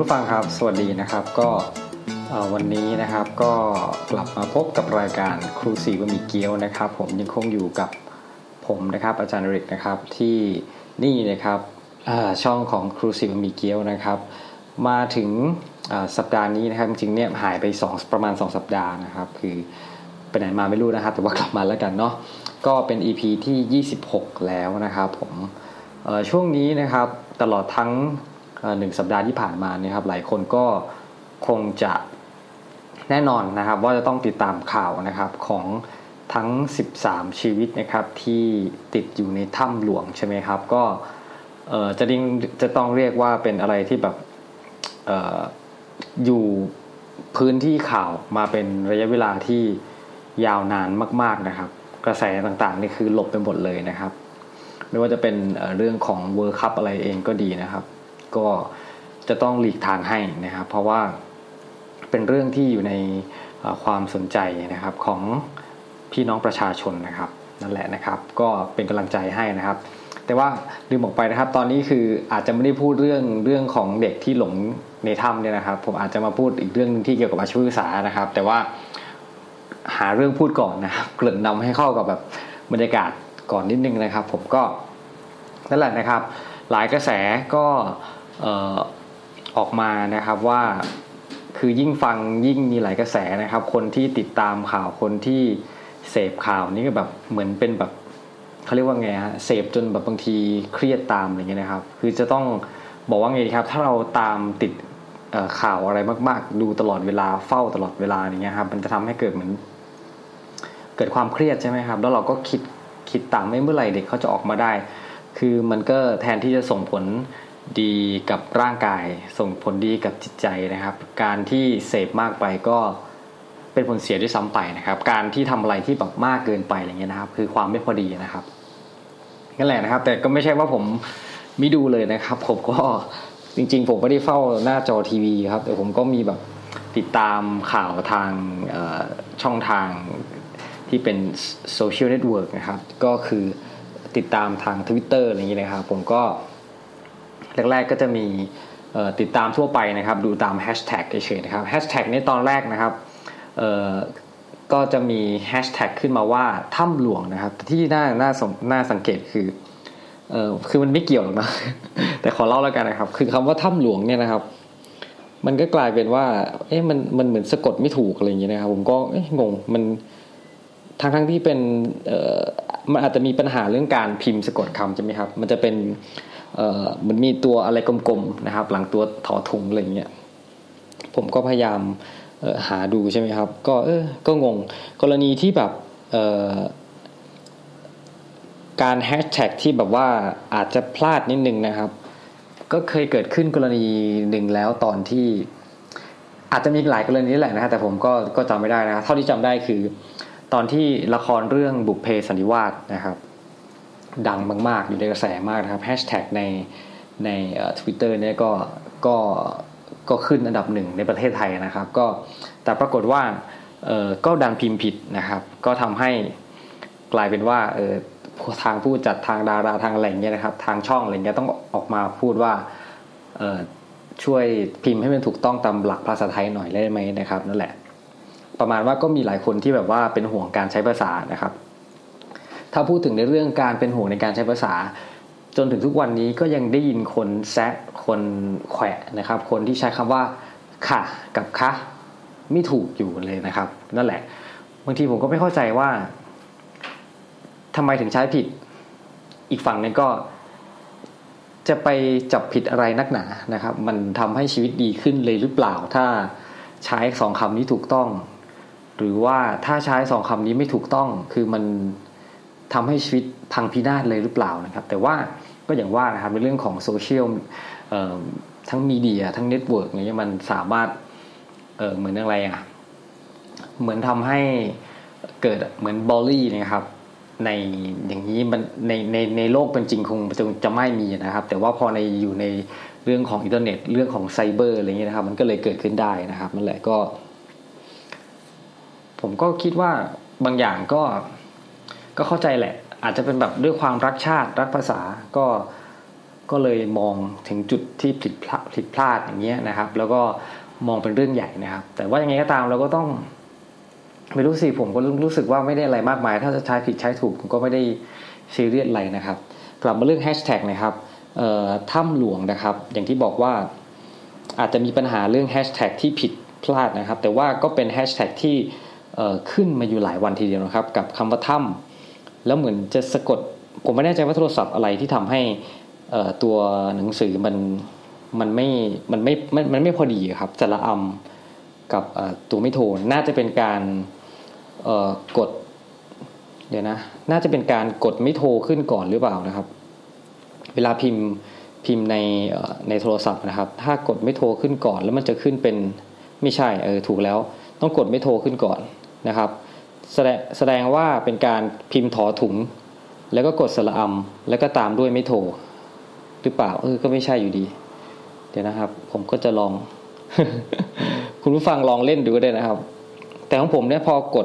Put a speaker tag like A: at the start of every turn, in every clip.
A: ผู้ฟังครับสวัสดีนะครับก็วันนี้นะครับก็กลับมาพบกับรายการครูสีบะหมี่เกี๊ยวนะครับผมยังคงอยู่กับผมนะครับอาจารย์ริกนะครับที่นี่นะครับช่องของครูสีบะหมี่เกี๊ยวนะครับมาถึงสัปดาห์นี้นะครับจริงๆเนี่ยหายไปประมาณ2สัปดาห์นะครับคือไปไหนมาไม่รู้นะครับแต่ว่ากลับมาแล้วกันเนาะก็เป็น EP ที่26แล้วนะครับผมช่วงนี้นะครับตลอดทั้ง1สัปดาห์ที่ผ่านมานะครับหลายคนก็คงจะแน่นอนนะครับว่าจะต้องติดตามข่าวนะครับของทั้ง13ชีวิตนะครับที่ติดอยู่ในถ้ำหลวงใช่ไหมครับก็จะต้องเรียกว่าเป็นอะไรที่แบบอยู่พื้นที่ข่าวมาเป็นระยะเวลาที่ยาวนานมากๆนะครับกระแสต่างๆนี่คือหลบไปหมดเลยนะครับไม่ว่าจะเป็นเรื่องของ World Cup อะไรเองก็ดีนะครับก็จะต้องหลีกทางให้นะครับเพราะว่าเป็นเรื่องที่อยู่ในความสนใจนะครับของพี่น้องประชาชนนะครับนั่นแหละนะครับก็เป็นกำลังใจให้นะครับแต่ว่าลืมบอกไปนะครับตอนนี้คืออาจจะไม่ได้พูดเรื่องของเด็กที่หลงในถ้ำเนี่ยนะครับผมอาจจะมาพูดอีกเรื่องนึงที่เกี่ยวกับอาชีวศึกษานะครับแต่ว่าหาเรื่องพูดก่อนนะครับเกริ่นนำให้เข้ากับแบบบรรยากาศก่อนนิดนึงนะครับผมก็นั่นแหละนะครับหลายกระแสก็ออกมานะครับว่าคือยิ่งฟังยิ่งมีหลายกระแสนะครับคนที่ติดตามข่าวคนที่เสพข่าวนี่ก็แบบเหมือนเป็นแบบเขาเรียกว่าไงฮะเสพจนแบบบางทีเครียดตามอะไรเงี้ยนะครับคือจะต้องบอกว่าไงครับถ้าเราตามติดข่าวอะไรมากๆดูตลอดเวลาเฝ้าตลอดเวลาอย่างเงี้ยครับมันจะทำให้เกิดเหมือนเกิดความเครียดใช่ไหมครับแล้วเราก็คิดตามไม่เมื่อไหร่เด็กเขาจะออกมาได้คือมันก็แทนที่จะส่งผลดีกับร่างกายส่งผลดีกับจิตใจนะครับการที่เสพมากไปก็เป็นผลเสียด้วยซ้ำไปนะครับการที่ทำอะไรที่แบบมากเกินไปอะไรเงี้ยนะครับคือความไม่พอดีนะครับนั่นแหละนะครับแต่ก็ไม่ใช่ว่าผมไม่ดูเลยนะครับผมก็จริงๆผมไม่ได้เฝ้าหน้าจอทีวีครับแต่ผมก็มีแบบติดตามข่าวทางช่องทางที่เป็นโซเชียลเน็ตเวิร์กนะครับก็คือติดตามทาง Twitter อะไรอย่างเงี้ยนะครับผมก็แรกๆก็จะมีติดตามทั่วไปนะครับดูตามแฮชแท็กเฉยๆนะครับแฮชแท็กในตอนแรกนะครับก็จะมีแฮชแท็กขึ้นมาว่าถ้ำหลวงนะครับที่น่าสังเกตคือมันไม่เกี่ยวหรอกนะ แต่ขอเล่าแล้วกันนะครับคือคำว่าถ้ำหลวงเนี่ยนะครับมันก็กลายเป็นว่ามันเหมือนสะกดไม่ถูกอะไรอย่างเงี้ยนะครับผมก็งงมันทั้งที่เป็นมันอาจจะมีปัญหาเรื่องการพิมพ์สะกดคำใช่ไหมครับมันจะเป็นมันมีตัวอะไรกลมๆนะครับหลังตัวถอถุงอะไรอย่างเงี้ยผมก็พยายามหาดูใช่ไหมครับก็งงกรณีที่แบบการแฮชแท็กที่แบบว่าอาจจะพลาดนิดนึงนะครับก็เคยเกิดขึ้นกรณีหนึ่งแล้วตอนที่อาจจะมีหลายกรณีแหละนะฮะแต่ผมก็จำไม่ได้นะเท่าที่จำได้คือตอนที่ละครเรื่องบุพเพสันนิวาสนะครับดังมากๆอยู่ในกระแสมากนะครับแฮชแท็กในTwitter เนี่ยก็ขึ้นอันดับ1ในประเทศไทยนะครับก็แต่ปรากฏว่าก็ดันพิมพ์ผิดนะครับก็ทำให้กลายเป็นว่าทางผู้จัดทางดาราทางอะไรเงี้ยนะครับทางช่องอะไรเงี้ยต้องออกมาพูดว่าช่วยพิมพ์ให้มันถูกต้องตามหลักภาษาไทยหน่อยได้ไหมนะครับนั่นแหละประมาณว่าก็มีหลายคนที่แบบว่าเป็นห่วงการใช้ภาษานะครับถ้าพูดถึงในเรื่องการเป็นห่วงในการใช้ภาษาจนถึงทุกวันนี้ก็ยังได้ยินคนแซะคนแขวะนะครับคนที่ใช้คำว่าค่ะกับคะไม่ถูกอยู่เลยนะครับนั่นแหละบางทีผมก็ไม่เข้าใจว่าทำไมถึงใช้ผิดอีกฝั่งนึงก็จะไปจับผิดอะไรนักหนานะครับมันทำให้ชีวิตดีขึ้นเลยหรือเปล่าถ้าใช้2คำนี้ถูกต้องหรือว่าถ้าใช้2คำนี้ไม่ถูกต้องคือมันทำให้ชีวิตพังพินาศเลยหรือเปล่านะครับแต่ว่าก็อย่างว่านะครับในเรื่องของโซเชียลทั้งมีเดียทั้งเน็ตเวิร์กเนี่ยมันสามารถเหมือนอะไรเหมือนทำให้เกิดเหมือนบอลลี่นะครับในอย่างนี้มันในโลกเป็นจริงคงจะไม่มีนะครับแต่ว่าพออยู่ในเรื่องของอินเทอร์เน็ตเรื่องของไซเบอร์อะไรอย่างนี้นะครับมันก็เลยเกิดขึ้นได้นะครับนั่นแหละก็ผมก็คิดว่าบางอย่างก็เข้าใจแหละอาจจะเป็นแบบด้วยความรักชาติรักภาษาก็ก็เลยมองถึงจุดที่ผิดพลาดอย่างเงี้ยนะครับแล้วก็มองเป็นเรื่องใหญ่นะครับแต่ว่ายังไงก็ตามเราก็ต้องไม่รู้สิผมก็รู้สึกว่าไม่ได้อะไรมากมายถ้าจะใช้ผิดใช้ถูกผมก็ไม่ได้ซีเรียสอะไรนะครับกลับมาเรื่องแฮชแท็กนะครับถ้ำหลวงนะครับอย่างที่บอกว่าอาจจะมีปัญหาเรื่องแฮชแท็กที่ผิดพลาดนะครับแต่ว่าก็เป็นแฮชแท็กที่ขึ้นมาอยู่หลายวันทีเดียวนะครับกับคำว่าถ้ำแล้วเหมือนจะสะกดผมไม่แน่ใจว่าโทรศัพท์อะไรที่ทำให้ตัวหนังสือมันไม่พอดีครับสระอำกับตัวไม่โทน่าจะเป็นการกดเดี๋ยวนะน่าจะเป็นการกดไม่โทขึ้นก่อนหรือเปล่านะครับเวลาพิมพ์ในโทรศัพท์นะครับถ้ากดไม่โทขึ้นก่อนแล้วมันจะขึ้นเป็นไม่ใช่ถูกแล้วต้องกดไม่โทขึ้นก่อนนะครับแสดงว่าเป็นการพิมพ์ถอถุงแล้วก็กดสระอำแล้วก็ตามด้วยไม่โทหรือเปล่าก็ไม่ใช่อยู่ดีเดี๋ยวนะครับผมก็จะลอง คุณผู้ฟังลองเล่นดูก็ได้นะครับแต่ของผมเนี่ยพอกด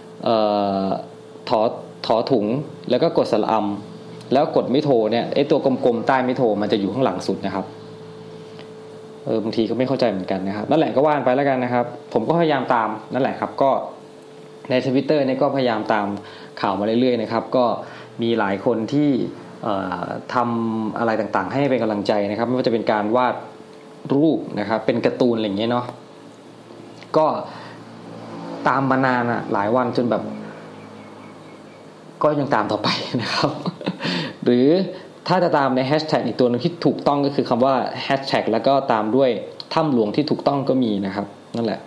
A: ถอถุงแล้วก็กดสระอำแล้วกดไม่โทเนี่ยไอ้ตัวกลมๆใต้ไม่โทมันจะอยู่ข้างหลังสุดนะครับบางทีก็ไม่เข้าใจเหมือนกันนะครับนั่นแหละก็ว่านไปแล้วกันนะครับผมก็พยายามตามนั่นแหละครับก็ใน Twitter เนี่ยก็พยายามตามข่าวมาเรื่อยๆนะครับก็มีหลายคนที่ทำอะไรต่างๆให้เป็นกำลังใจนะครับไม่ว่าจะเป็นการวาดรูปนะครับเป็นการ์ตูนอะไรอย่างเงี้ยเนาะก็ตามมานานอ่ะหลายวันจนแบบก็ยังตามต่อไปนะครับ หรือถ้าจะตามในแฮชแท็กอีกตัวนึงที่ถูกต้องก็คือคำว่าแฮชแท็กแล้วก็ตามด้วยถ้ำหลวงที่ถูกต้องก็มีนะครับนั่นแหละ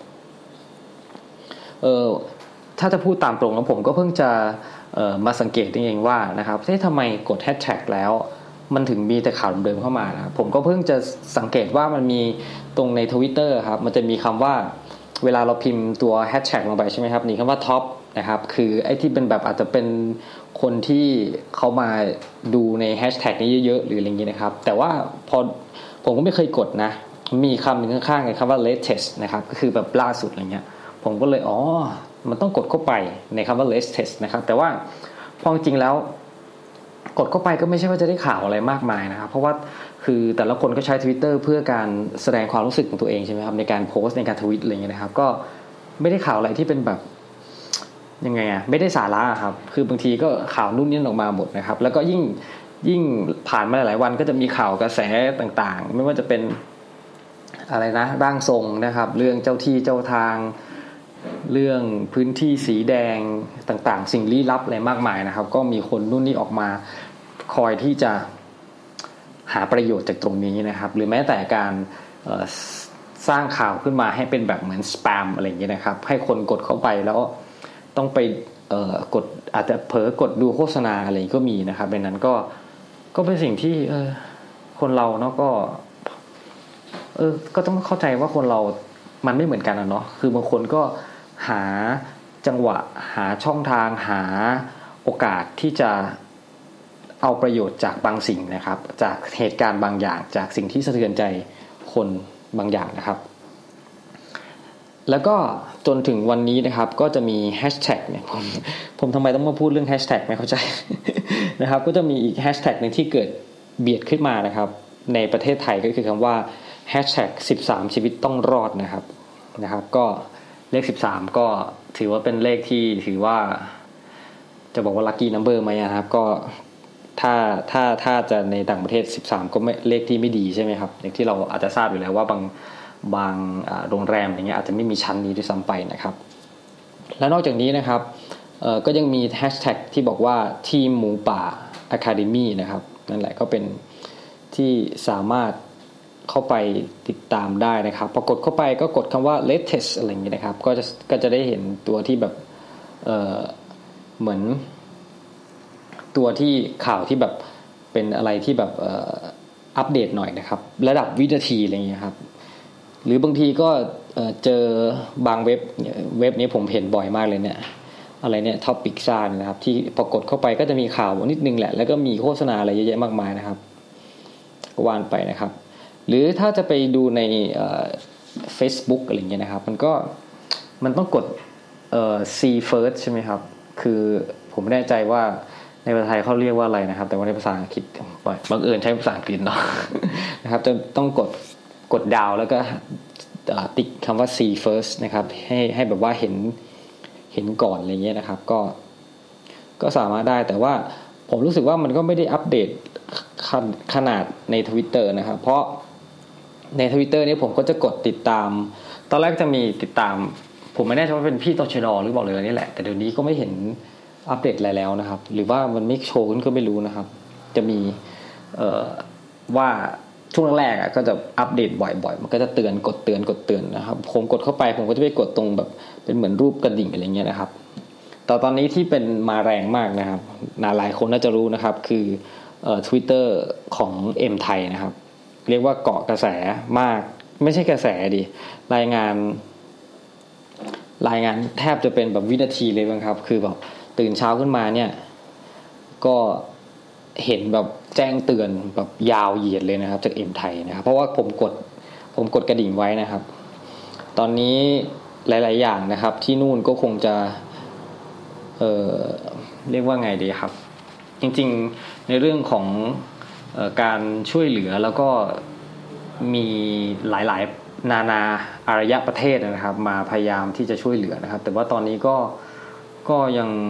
A: ถ้าจะพูดตามตรงแล้วผมก็เพิ่งจะมาสังเกตเองว่านะครับทำไมกดแฮชแท็กแล้วมันถึงมีแต่ข่าวเดิมเข้ามานะผมก็เพิ่งจะสังเกตว่ามันมีตรงใน Twitter ครับมันจะมีคำว่าเวลาเราพิมพ์ตัวแฮชแท็กลงไปใช่ไหมครับนี่คำว่าท็อปนะครับคือไอ้ที่เป็นแบบอาจจะเป็นคนที่เขามาดูในแฮชแท็กนี้เยอะๆหรืออะไรอย่างนี้นะครับแต่ว่าพอผมก็ไม่เคยกดนะมีคำหนึ่งข้างๆไงคำว่า latest นะครับก็คือแบบล่าสุดอะไรเงี้ยผมก็เลยมันต้องกดเข้าไปในคำว่า latest นะครับแต่ว่าพอจริงแล้วกดเข้าไปก็ไม่ใช่ว่าจะได้ข่าวอะไรมากมายนะครับเพราะว่าคือแต่ละคนก็ใช้ Twitter เพื่อการแสดงความรู้สึกของตัวเองใช่ไหมครับในการโพสต์ในการทวีตอะไรเงี้ยนะครับก็ไม่ได้ข่าวอะไรที่เป็นแบบยังไงไม่ได้สาระครับคือบางทีก็ข่าวนู่นนี่ออกมาหมดนะครับแล้วก็ยิ่งผ่านมาหลายวันก็จะมีข่าวกระแสต่างๆไม่ว่าจะเป็นอะไรนะร่างทรงนะครับเรื่องเจ้าที่เจ้าทางเรื่องพื้นที่สีแดงต่างๆสิ่งลี้ลับอะไรมากมายนะครับก็มีคนนู่นนี่ออกมาคอยที่จะหาประโยชน์จากตรงนี้นะครับหรือแม้แต่การสร้างข่าวขึ้นมาให้เป็นแบบเหมือนสแปมอะไรอย่างเงี้ยนะครับให้คนกดเข้าไปแล้วต้องไปกดอาจจะเผลอกดดูโฆษณาอะไรก็มีนะครับดังนั้นก็เป็นสิ่งที่คนเราเนาะก็ต้องเข้าใจว่าคนเรามันไม่เหมือนกันเนาะคือบางคนก็หาจังหวะหาช่องทางหาโอกาสที่จะเอาประโยชน์จากบางสิ่งนะครับจากเหตุการณ์บางอย่างจากสิ่งที่สะเทือนใจคนบางอย่างนะครับแล้วก็จนถึงวันนี้นะครับก็จะมีแฮชแท็กเนี่ยผมทำไมต้องมาพูดเรื่องแฮชแท็กไม่เข้าใจ นะครับก็จะมีอีกแฮชแท็กนึงที่เกิดเบียดขึ้นมานะครับในประเทศไทยก็คือคำว่าแฮชแท็ก13ชีวิตต้องรอดนะครับก็เลข13ก็ถือว่าเป็นเลขที่ถือว่าจะบอกว่าลัคกี้นัมเบอร์ไหมนะครับก็ถ้าจะในต่างประเทศ13ก็ไม่เลขที่ไม่ดีใช่ไหมครับอย่างที่เราอาจจะทราบอยู่แล้วว่าบางโรงแรมอย่างเงี้ยอาจจะไม่มีชั้นนี้ด้วยซ้ำไปนะครับและนอกจากนี้นะครับก็ยังมีแฮชแท็กที่บอกว่าทีมหมูป่า Academy นะครับนั่นแหละก็เป็นที่สามารถเข้าไปติดตามได้นะครับพอกดเข้าไปก็กดคำว่า latest อะไรอย่างนี้นะครับก็จะได้เห็นตัวที่แบบเหมือนตัวที่ข่าวที่แบบเป็นอะไรที่แบบอัปเดตหน่อยนะครับระดับวินาทีอะไรอย่างนี้ครับหรือบางทีก็เจอบางเว็บนี้ผมเห็นบ่อยมากเลยเนี่ยอะไรเนี่ยท็อปปิกซ่านะครับที่พอกดเข้าไปก็จะมีข่าวนิดนึงแหละแล้วก็มีโฆษณาอะไรเยอะแยะมากมายนะครับก็ว่านไปนะครับหรือถ้าจะไปดูในFacebook อะไรอย่างเงี้ยนะครับมันต้องกดsee first ใช่ไหมครับคือผมไม่แน่ใจว่าในภาษาไทยเขาเรียกว่าอะไรนะครับแต่ว่าในภาษาอังกฤษบังเอิญใช้ภาษาอังกฤษเนาะ นะครับจะต้องกดดาวแล้วก็ติ๊กคำว่า see first นะครับให้แบบว่าเห็นก่อนอะไรเงี้ยนะครับก็สามารถได้แต่ว่าผมรู้สึกว่ามันก็ไม่ได้อัปเดตขนาดใน Twitter นะครับเพราะใน Twitter นี่ผมก็จะกดติดตามตอนแรกจะมีติดตามผมไม่แน่ใจว่าเป็นพี่ตชด.หรือบอกเลยนี่แหละแต่เดี๋ยวนี้ก็ไม่เห็นอัปเดตอะไรแล้วนะครับหรือว่ามันไม่โชว์ก็ไม่รู้นะครับจะมีว่าช่วงแรกก็จะอัปเดตบ่อยๆมันก็จะกดเตือนนะครับผมกดเข้าไปผมก็จะไปกดตรงแบบเป็นเหมือนรูปกระดิ่งอะไรเงี้ยนะครับแต่ตอนนี้ที่เป็นมาแรงมากนะครับหลายคนน่าจะรู้นะครับคือTwitter ของเอ็มไทยนะครับเรียกว่าเกาะกระแสมากไม่ใช่กระแสดิรายงานแทบจะเป็นแบบวินาทีเลยมั้งครับคือแบบตื่นเช้าขึ้นมาเนี่ยก็เห็นแบบแจ้งเตือนแบบยาวเหยียดเลยนะครับจากเอ็มไทยนะครับเพราะว่าผมกดกระดิ่งไว้นะครับตอนนี้หลายๆอย่างนะครับที่นู่นก็คงจะเรียกว่าไงดีครับจริงๆในเรื่องของการช่วยเหลือแล้วก็มีหลายๆนานาอารยประเทศนะครับมาพยายามที่จะช่วยเหลือนะครับแต่ว่าตอนนี้ก็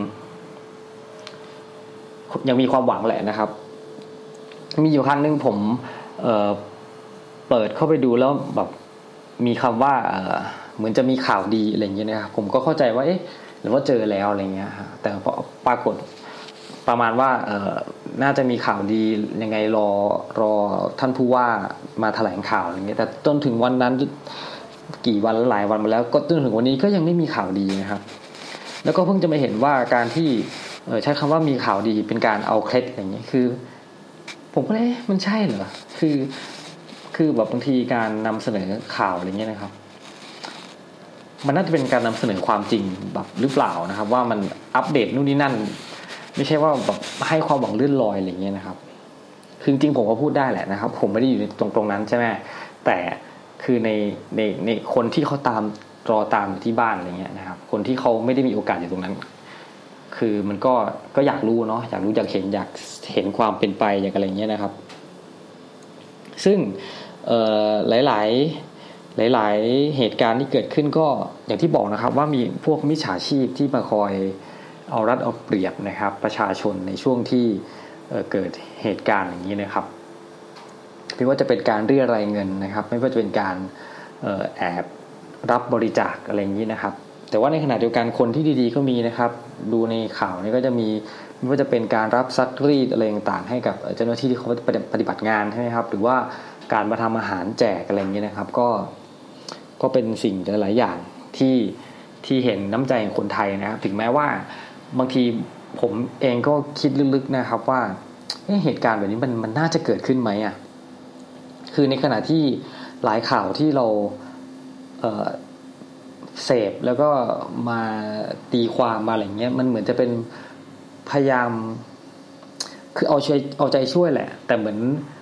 A: ยังมีความหวังแหละนะครับมีอยู่ครั้งนึงผมเปิดเข้าไปดูแล้วแบบมีคำว่าเหมือนจะมีข่าวดีอะไรอย่างเงี้ยนะครับผมก็เข้าใจว่าเอ๊ะหรือว่าเจอแล้วอะไรเงี้ยแต่พอปรากฏประมาณว่าน่าจะมีข่าวดียังไงรอท่านผู้ว่ามาแถลงข่าวอะไรเงี้ยแต่จนถึงวันนั้นกี่วันหลายวันมาแล้วก็จนถึงวันนี้ก็ยังไม่มีข่าวดีนะครับแล้วก็เพิ่งจะมาเห็นว่าการที่ใช้คำว่ามีข่าวดีเป็นการเอาเคล็ดอย่างเงี้ยคือผมก็เลยมันใช่เหรอคือแบบบางทีการนำเสนอข่าวอะไรเงี้ยนะครับมันน่าจะเป็นการนำเสนอความจริงแบบหรือเปล่านะครับว่ามันอัปเดตนู่นนี่นั่นไม่ใช่ว่าแบบให้ความหวังเลื่อนลอยอะไรเงี้ยนะครับคือจริงผมก็พูดได้แหละนะครับผมไม่ได้อยู่ในตรงนั้นใช่ไหมแต่คือในคนที่เขารอตามที่บ้านอะไรเงี้ยนะครับคนที่เขาไม่ได้มีโอกาสอยู่ตรงนั้นคือมันก็อยากรู้เนาะอยากรู้อยากเห็นความเป็นไปอย่างอะไรเงี้ยนะครับซึ่งหลายเหตุการณ์ที่เกิดขึ้นก็อย่างที่บอกนะครับว่ามีพวกมิจฉาชีพที่มาคอยเอารัดเอาเปรียบนะครับประชาชนในช่วงที่เกิดเหตุการณ์อย่างนี้นะครับไม่ว่าจะเป็นการเรียรายเงินนะครับไม่ว่าจะเป็นการแอบรับบริจาคอะไรอย่างนี้นะครับแต่ว่าในขณะเดียวกันคนที่ดีๆก็มีนะครับดูในข่าวนี้ก็จะมีไม่ว่าจะเป็นการรับซักรีดอะไรต่างๆให้กับเจ้าหน้าที่ที่เขาปฏิบัติงานใช่ไหมครับหรือว่าการมาทำอาหารแจกอะไรอย่างนี้นะครับก็เป็นสิ่งหลายอย่างที่เห็นน้ำใจของคนไทยนะครับถึงแม้ว่าบางทีผมเองก็คิดลึกๆนะครับว่าเหตุการณ์แบบนี้มันน่าจะเกิดขึ้นไหมอ่ะคือในขณะที่หลายข่าวที่เราเสพแล้วก็มาตีความมาอะไรเงี้ยมันเหมือนจะเป็นพยายามคือเอาใจช่วยแหละแต่เหมือน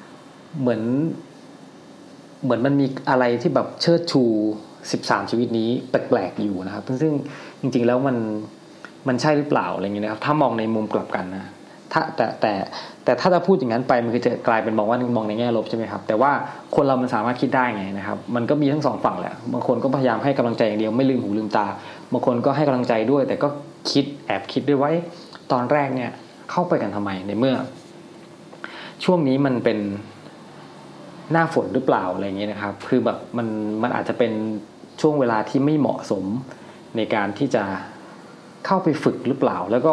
A: มันมีอะไรที่แบบเชิดชู13ชีวิตนี้แปลกๆอยู่นะครับซึ่งจริงๆแล้วมันใช่หรือเปล่าอะไรเงี้ยนะครับถ้ามองในมุมกลับกันนะถ้าแต่ถ้าจะพูดอย่างนั้นไปมันคือจะกลายเป็นมองในแง่ลบใช่ไหมครับแต่ว่าคนเรามันสามารถคิดได้ไงนะครับมันก็มีทั้งสองฝั่งแหละบางคนก็พยายามให้กำลังใจอย่างเดียวไม่ลืมหูลืมตาบางคนก็ให้กำลังใจด้วยแต่ก็แอบคิดด้วยว่าตอนแรกเนี่ยเข้าไปกันทำไมในเมื่อช่วงนี้มันเป็นหน้าฝนหรือเปล่าอะไรเงี้ยนะครับคือแบบมันอาจจะเป็นช่วงเวลาที่ไม่เหมาะสมในการที่จะเข้าไปฝึกหรือเปล่าแล้วก็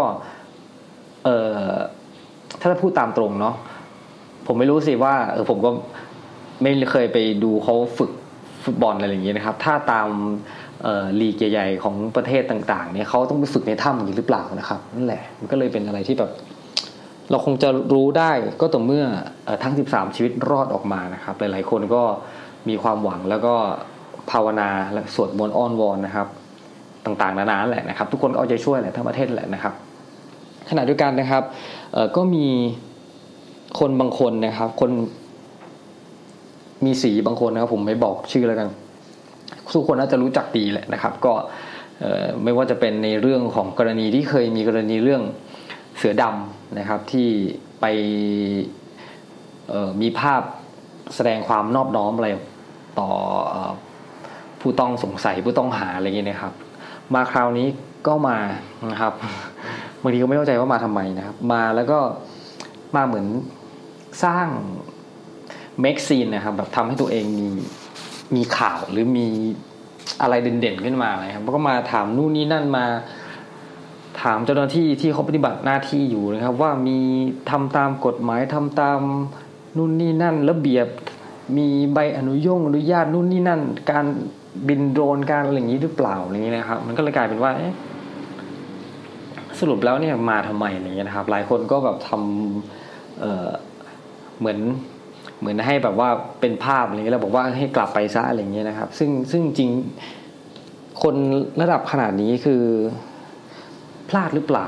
A: ถ้าจะพูดตามตรงเนาะผมไม่รู้สิว่าผมก็ไม่เคยไปดูเขาฝึกฟุตบอลอะไรอย่างเงี้ยนะครับถ้าตามลีกใหญ่ๆของประเทศต่างๆเนี่ยเขาต้องไปฝึกในถ้ำอย่างนี้หรือเปล่านะครับนั่นแหละมันก็เลยเป็นอะไรที่แบบเราคงจะรู้ได้ก็ต่อเมื่อทั้ง13ชีวิตรอดออกมานะครับหลายๆคนก็มีความหวังแล้วก็ภาวนาและสวดมนต์อ้อนวอนนะครับต่างๆนานาแหละนะครับทุกคนก็เอาใจช่วยแหละทั้งประเทศแหละนะครับขณะเดียวกันนะครับก็มีคนบางคนนะครับคนมีสีบางคนนะครับผมไม่บอกชื่อแล้วกันทุกคนน่าจะรู้จักดีแหละนะครับก็ไม่ว่าจะเป็นในเรื่องของกรณีที่เคยมีกรณีเรื่องเสือดำนะครับที่ไปมีภาพแสดงความนอบน้อมอะไรต่อผู้ต้องสงสัยผู้ต้องหาอะไรอย่างเงี้ยนะครับมาคราวนี้ก็มานะครับบางทีก็ไม่เข้าใจว่ามาทำไมนะครับมาแล้วก็มาเหมือนสร้างเมคซีนนะครับแบบทำให้ตัวเองมีข่าวหรือมีอะไรเด่นๆขึ้นมาอะไรครับแล้วก็มาถามนู่นนี่นั่นมาถามเจ้าหน้าที่ที่เขาปฏิบัติหน้าที่อยู่นะครับว่ามีทำตามกฎหมายทำตามนู่นนี่นั่นระเบียบมีใบอนุญาตนู่นนี่นั่นการบินโดรนการอะไรอย่างนี้หรือเปล่าอะไรอย่างนี้นะครับมันก็เลยกลายเป็นว่าสรุปแล้วเนี่ยมาทำไมอะไรอย่างเงี้ยนะครับหลายคนก็แบบทำเหมือนให้แบบว่าเป็นภาพอะไรอย่างเงี้ยแล้วบอกว่าให้กลับไปซะอะไรอย่างเงี้ยนะครับซึ่งจริงคนระดับขนาดนี้คือพลาดหรือเปล่า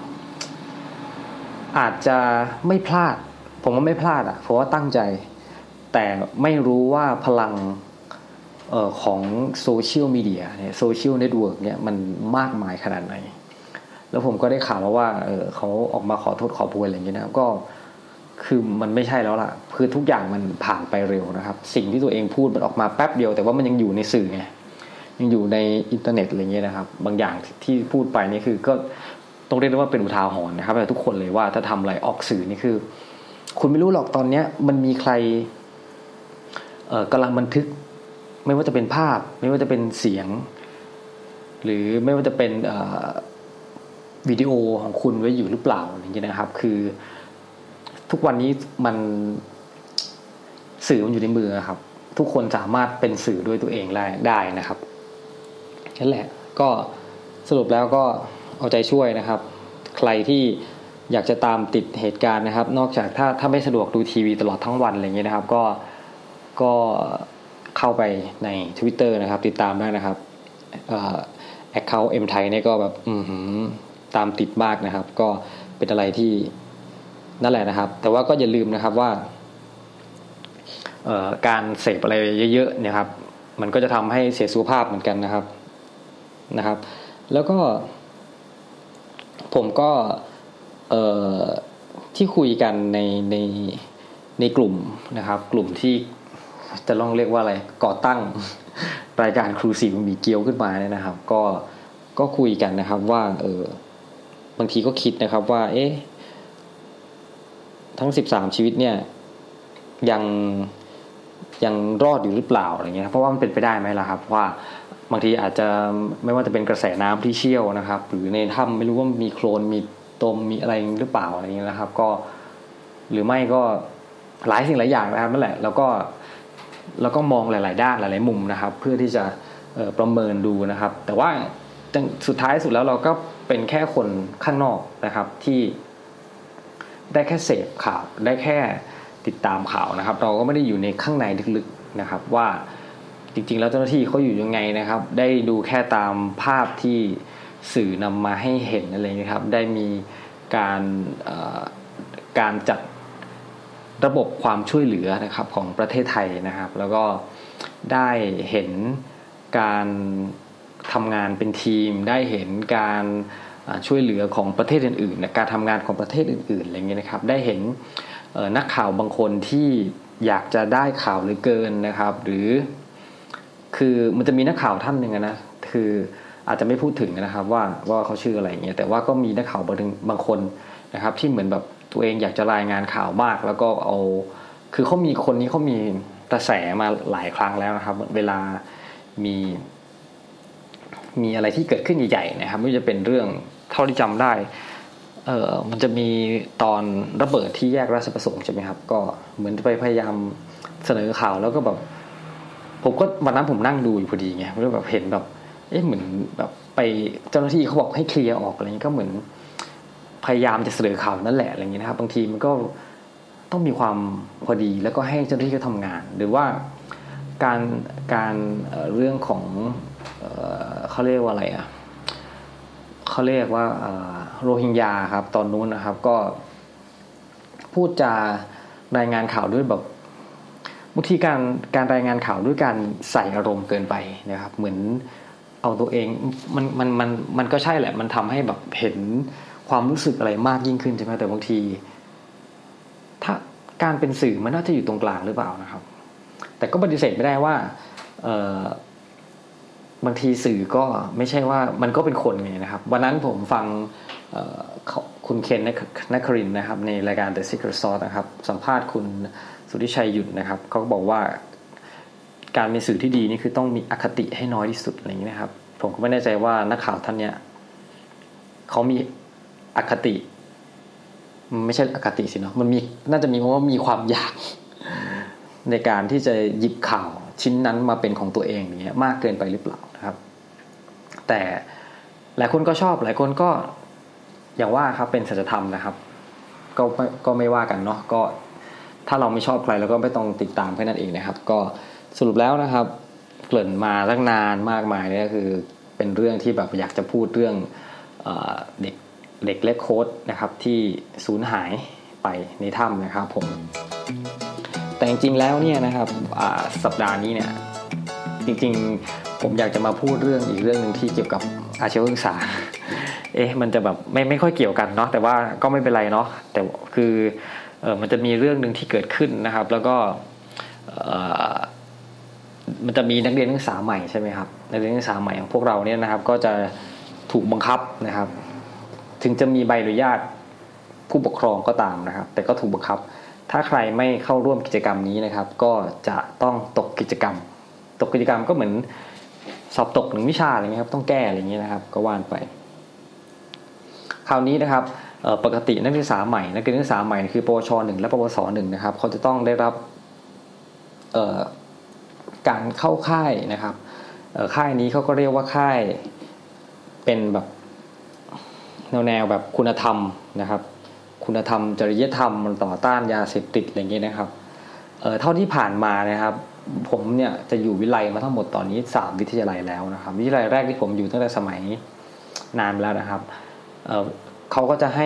A: อาจจะไม่พลาดผมว่าไม่พลาดเพราะว่าตั้งใจแต่ไม่รู้ว่าพลังของโซเชียลมีเดียเนี่ยโซเชียลเน็ตเวิร์กเนี่ยมันมากมายขนาดไหนแล้วผมก็ได้ข่าวมาว่าเขาออกมาขอโทษขอโพยอะไรอย่างเงี้ยนะก็คือมันไม่ใช่แล้วล่ะคือทุกอย่างมันผ่านไปเร็วนะครับสิ่งที่ตัวเองพูดมันออกมาแป๊บเดียวแต่ว่ามันยังอยู่ในสื่อไงยังอยู่ในอินเทอร์เน็ตอะไรเงี้ยนะครับบางอย่างที่พูดไปนี่คือก็ต้องเรียกได้ว่าเป็นอุทาหรณ์นะครับแต่ทุกคนเลยว่าถ้าทำอะไรออกสื่อนี่คือคุณไม่รู้หรอกตอนเนี้ยมันมีใครกำลังบันทึกไม่ว่าจะเป็นภาพไม่ว่าจะเป็นเสียงหรือไม่ว่าจะเป็นวิดีโอของคุณไว้อยู่หรือเปล่าอย่างเงี้ยนะครับคือทุกวันนี้มันสื่อมันอยู่ในมือครับทุกคนสามารถเป็นสื่อด้วยตัวเองได้นะครับนั่นแหละก็สรุปแล้วก็เอาใจช่วยนะครับใครที่อยากจะตามติดเหตุการณ์นะครับนอกจากถ้าไม่สะดวกดูทีวีตลอดทั้งวันอะไรเงี้ยนะครับก็เข้าไปใน Twitter นะครับติดตามได้นะครับaccount M Thai เนี่ยก็แบบตามติดมากนะครับก็เป็นอะไรที่นั่นแหละนะครับแต่ว่าก็อย่าลืมนะครับว่าการเสพอะไรเยอะๆเนี่ยครับมันก็จะทำให้เสียสุขภาพเหมือนกันนะครับแล้วก็ผมก็ที่คุยกันในกลุ่มนะครับกลุ่มที่จะลองเรียกว่าอะไรก่อตั้งรายการครูสีมีเกียวขึ้นมาเนี่ยนะครับก็คุยกันนะครับว่าบางทีก็คิดนะครับว่าทั้ง13ชีวิตเนี่ยยังรอดอยู่หรือเปล่าอะไรเงี้ยเพราะว่ามันเป็นไปได้ไหมล่ะครับว่าบางทีอาจจะไม่ว่าจะเป็นกระแสน้ำที่เชี่ยวนะครับหรือในถ้ำไม่รู้ว่ามีโคลนมีตมมีอะไรหรือเปล่าอะไรเงี้ยนะครับก็หรือไม่ก็หลายสิ่งหลายอย่างนะครับนั่นแหละแล้วก็มองหลายๆด้านหลายๆมุมนะครับเพื่อที่จะประเมินดูนะครับแต่ว่าสุดท้ายสุดแล้วเราก็เป็นแค่คนข้างนอกนะครับที่ได้แค่เสพข่าวได้แค่ติดตามข่าวนะครับเราก็ไม่ได้อยู่ในข้างในลึกๆนะครับว่าจริงๆแล้วเจ้าหน้าที่เขาอยู่ยังไงนะครับได้ดูแค่ตามภาพที่สื่อนำมาให้เห็นอะไรนะครับได้มีการจัดระบบความช่วยเหลือนะครับของประเทศไทยนะครับแล้วก็ได้เห็นการทำงานเป็นทีมได้เห็นการช่วยเหลือของประเทศอื่นๆการทำงานของประเทศอื่นๆอะไรเงี้ยนะครับได้เห็นนักข่าวบางคนที่อยากจะได้ข่าวเหลือเกินนะครับหรือคือมันจะมีนักข่าวท่านหนึ่งนะคืออาจจะไม่พูดถึงนะครับว่าเขาชื่ออะไรเงี้ยแต่ว่าก็มีนักข่าวบางคนนะครับที่เหมือนแบบตัวเองอยากจะรายงานข่าวมากแล้วก็คือเขามีคนนี้เขามีกระแสมาหลายครั้งแล้วนะครับเวลามีอะไรที่เกิดขึ้นใหญ่ๆนะครับไม่ว่าจะเป็นเรื่องเท่าที่จำได้มันจะมีตอนระเบิดที่แยกราชประสงค์ใช่ไหมครับก็เหมือนจะไปพยายามเสนอข่าวแล้วก็แบบผมก็วันนั้นผมนั่งดูอยู่พอดีไงแล้วแบบเห็นแบบเหมือนแบบไปเจ้าหน้าที่เขาบอกให้เคลียร์ออกอะไรเงี้ยก็เหมือนพยายามจะเสนอข่าวนั่นแหละอะไรเงี้ยนะครับบางทีมันก็ต้องมีความพอดีแล้วก็ให้เจ้าหน้าที่เขาทำงานหรือว่าการเรื่องของเขาเรียกว่าอะไรเขาเรียกว่าโรฮิงญาครับตอนนู้นนะครับก็พูดจารายงานข่าวด้วยแบบบางทีการรายงานข่าวด้วยการใส่อารมณ์เกินไปนะครับเหมือนเอาตัวเองมันก็ใช่แหละมันทำให้แบบเห็นความรู้สึกอะไรมากยิ่งขึ้นใช่ไหมแต่บางทีถ้าการเป็นสื่อมันน่าจะอยู่ตรงกลางหรือเปล่านะครับแต่ก็ปฏิเสธไม่ได้ว่าบางทีสื่อก็ไม่ใช่ว่ามันก็เป็นคนไงนะครับวันนั้นผมฟังคุณเคนนักครินทร์นะครับในรายการ The Secret Sauce นะครับสัมภาษณ์คุณสุทธิชัยหยุ่นนะครับเขาก็บอกว่าการเป็นสื่อที่ดีนี่คือต้องมีอคติให้น้อยที่สุดอะไรอย่างนี้นะครับผมก็ไม่แน่ใจว่านักข่าวท่านเนี้ยเขามีอคติไม่ใช่อคติสิเนาะมันมีน่าจะมีคำว่ามีความอยากในการที่จะหยิบข่าวชิ้นนั้นมาเป็นของตัวเองอย่างเงี้ยมากเกินไปหรือเปล่านะครับแต่หลายคนก็ชอบหลายคนก็อย่างว่าครับเป็นศีลธรรมนะครับก็ไม่ว่ากันเนาะก็ถ้าเราไม่ชอบใครเราก็ไม่ต้องติดตามแค่นั้นเองนะครับก็สรุปแล้วนะครับเกริ่นมาตั้งนานมากมายเนี่ยคือเป็นเรื่องที่แบบอยากจะพูดเรื่องเด็กและโค้ชนะครับที่สูญหายไปในถ้ำนะครับผมแต่จริงๆแล้วเนี่ยนะครับสัปดาห์นี้เนี่ยจริงๆผมอยากจะมาพูดเรื่องอีกเรื่องนึงที่เกี่ยวกับอาชีวศึกษามันจะแบบไม่ค่อยเกี่ยวกันเนาะแต่ว่าก็ไม่เป็นไรเนาะแต่คือมันจะมีเรื่องนึงที่เกิดขึ้นนะครับแล้วก็มันจะมีนักเรียนนักศึกษาใหม่ใช่ไหมครับนักเรียนนักศึกษาใหม่ของพวกเราเนี่ยนะครับก็จะถูกบังคับนะครับถึงจะมีใบอนุญาตผู้ปกครองก็ตามนะครับแต่ก็ถูกบังคับถ้าใครไม่เข้าร่วมกิจกรรมนี้นะครับก็จะต้องตกกิจกรรมก็เหมือนสอบตก1วิชาอะไรเงี้ยครับต้องแก้อะไรอย่างเงี้ยนะครับก็ว่านไปคราวนี้นะครับปกตินักเรียนนักศึกษาใหม่คือปวช1และปวส1นะครับเขาจะต้องได้รับการเข้าค่ายนะครับค่ายนี้เขาก็เรียกว่าค่ายเป็นแบบแนวแบบคุณธรรมนะครับคุณธรรมจริยธรรมต่อต้านยาเสพติดอะไรอย่างเงี้ยนะครับเท่าที่ผ่านมานะครับผมเนี่ยจะอยู่วิไลมาทั้งหมดตอนนี้3วิทยาลัยแล้วนะครับวิทยาลัยแรกที่ผมอยู่ตั้งแต่สมัยนานแล้วนะครับเขาก็จะให้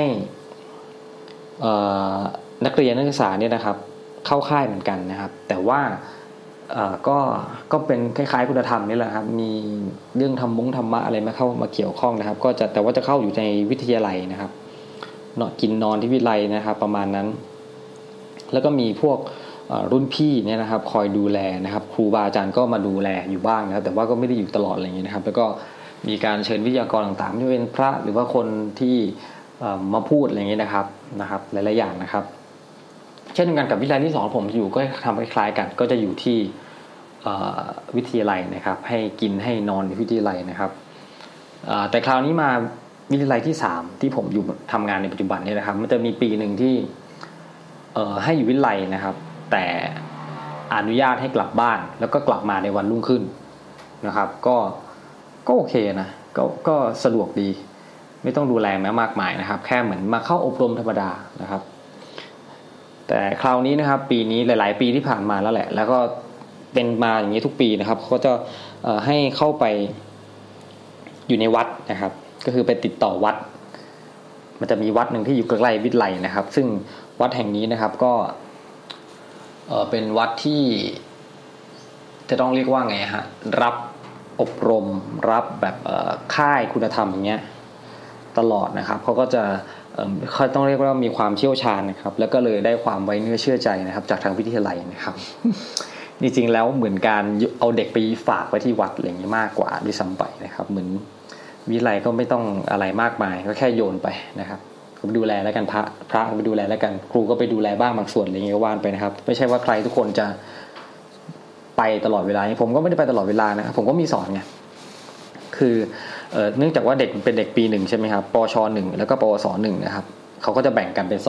A: นักเรียนนักศึกษาเนี่ยนะครับเข้าค่ายเหมือนกันนะครับแต่ว่าก็เป็นคล้ายๆคุณธรรมนี่แหละครับมีเรื่องธรรมะอะไรมาเกี่ยวข้องนะครับก็จะแต่ว่าจะเข้าอยู่ในวิทยาลัยนะครับกินนอนที่วิทยาลัยนะครับประมาณนั้นแล้วก็มีพวกรุ่นพี่เนี่ยนะครับคอยดูแลนะครับครูบาอาจารย์ก็มาดูแลอยู่บ้างนะครับแต่ว่าก็ไม่ได้อยู่ตลอดอะไรอย่างนี้นะครับแล้วก็มีการเชิญวิทยากรต่างๆไม่ว่าเป็นพระหรือว่าคนที่มาพูดอะไรอย่างนี้นะครับหลายๆอย่างนะครับเช่นเดียวกันกับวิทยาลัยที่2ผมอยู่ก็ทำคล้ายๆกันก็จะอยู่ที่วิทยาลัยนะครับให้กินให้นอนในวิทยาลัยนะครับแต่คราวนี้มาวิทยาลัยที่3ที่ผมอยู่ทำงานในปัจจุบันนี้นะครับมันจะมีปีนึงที่ให้อยู่วิทยาลัยนะครับแต่อนุญาตให้กลับบ้านแล้วก็กลับมาในวันรุ่งขึ้นนะครับก็โอเคนะก็สะดวกดีไม่ต้องดูแลแม้มากมายนะครับแค่เหมือนมาเข้าอบรมธรรมดานะครับแต่คราวนี้นะครับปีนี้หลายๆปีที่ผ่านมาแล้วแหละแล้วก็เป็นมาอย่างนี้ทุกปีนะครับเขาจะให้เข้าไปอยู่ในวัดนะครับก็คือไปติดต่อวัดมันจะมีวัดหนึ่งที่อยู่ใกล้ๆวิทยาลัยนะครับซึ่งวัดแห่งนี้นะครับก็เป็นวัดที่จะต้องเรียกว่าไงฮะรับอบรมรับแบบค่ายคุณธรรมอย่างเงี้ยตลอดนะครับเขาก็จะเขาต้องเรียกว่ามีความเชี่ยวชาญนะครับแล้วก็เลยได้ความไว้เนื้อเชื่อใจนะครับจากทางวิทยาลัยนะครับ จริงๆแล้วเหมือนการเอาเด็กไปฝากไว้ที่วัดอะไรอย่างนี้มากกว่าด้วยซ้ำไปนะครับเหมือนวิทยาลัยก็ไม่ต้องอะไรมากมายก็แค่โยนไปนะครับก็ไปดูแลแล้วกันพระก็ไปดูแลแล้วกันครูก็ไปดูแลบ้างบางส่วนอะไรอย่างเงี้ยว่านไปนะครับไม่ใช่ว่าใครทุกคนจะไปตลอดเวลาผมก็ไม่ได้ไปตลอดเวลานะครับผมก็มีสอนไงคือเนื่องจากว่าเด็กเป็นเด็กปี1ใช่ไหมครับปช1แล้วก็ปวส1นะครับเขาก็จะแบ่งกันเป็น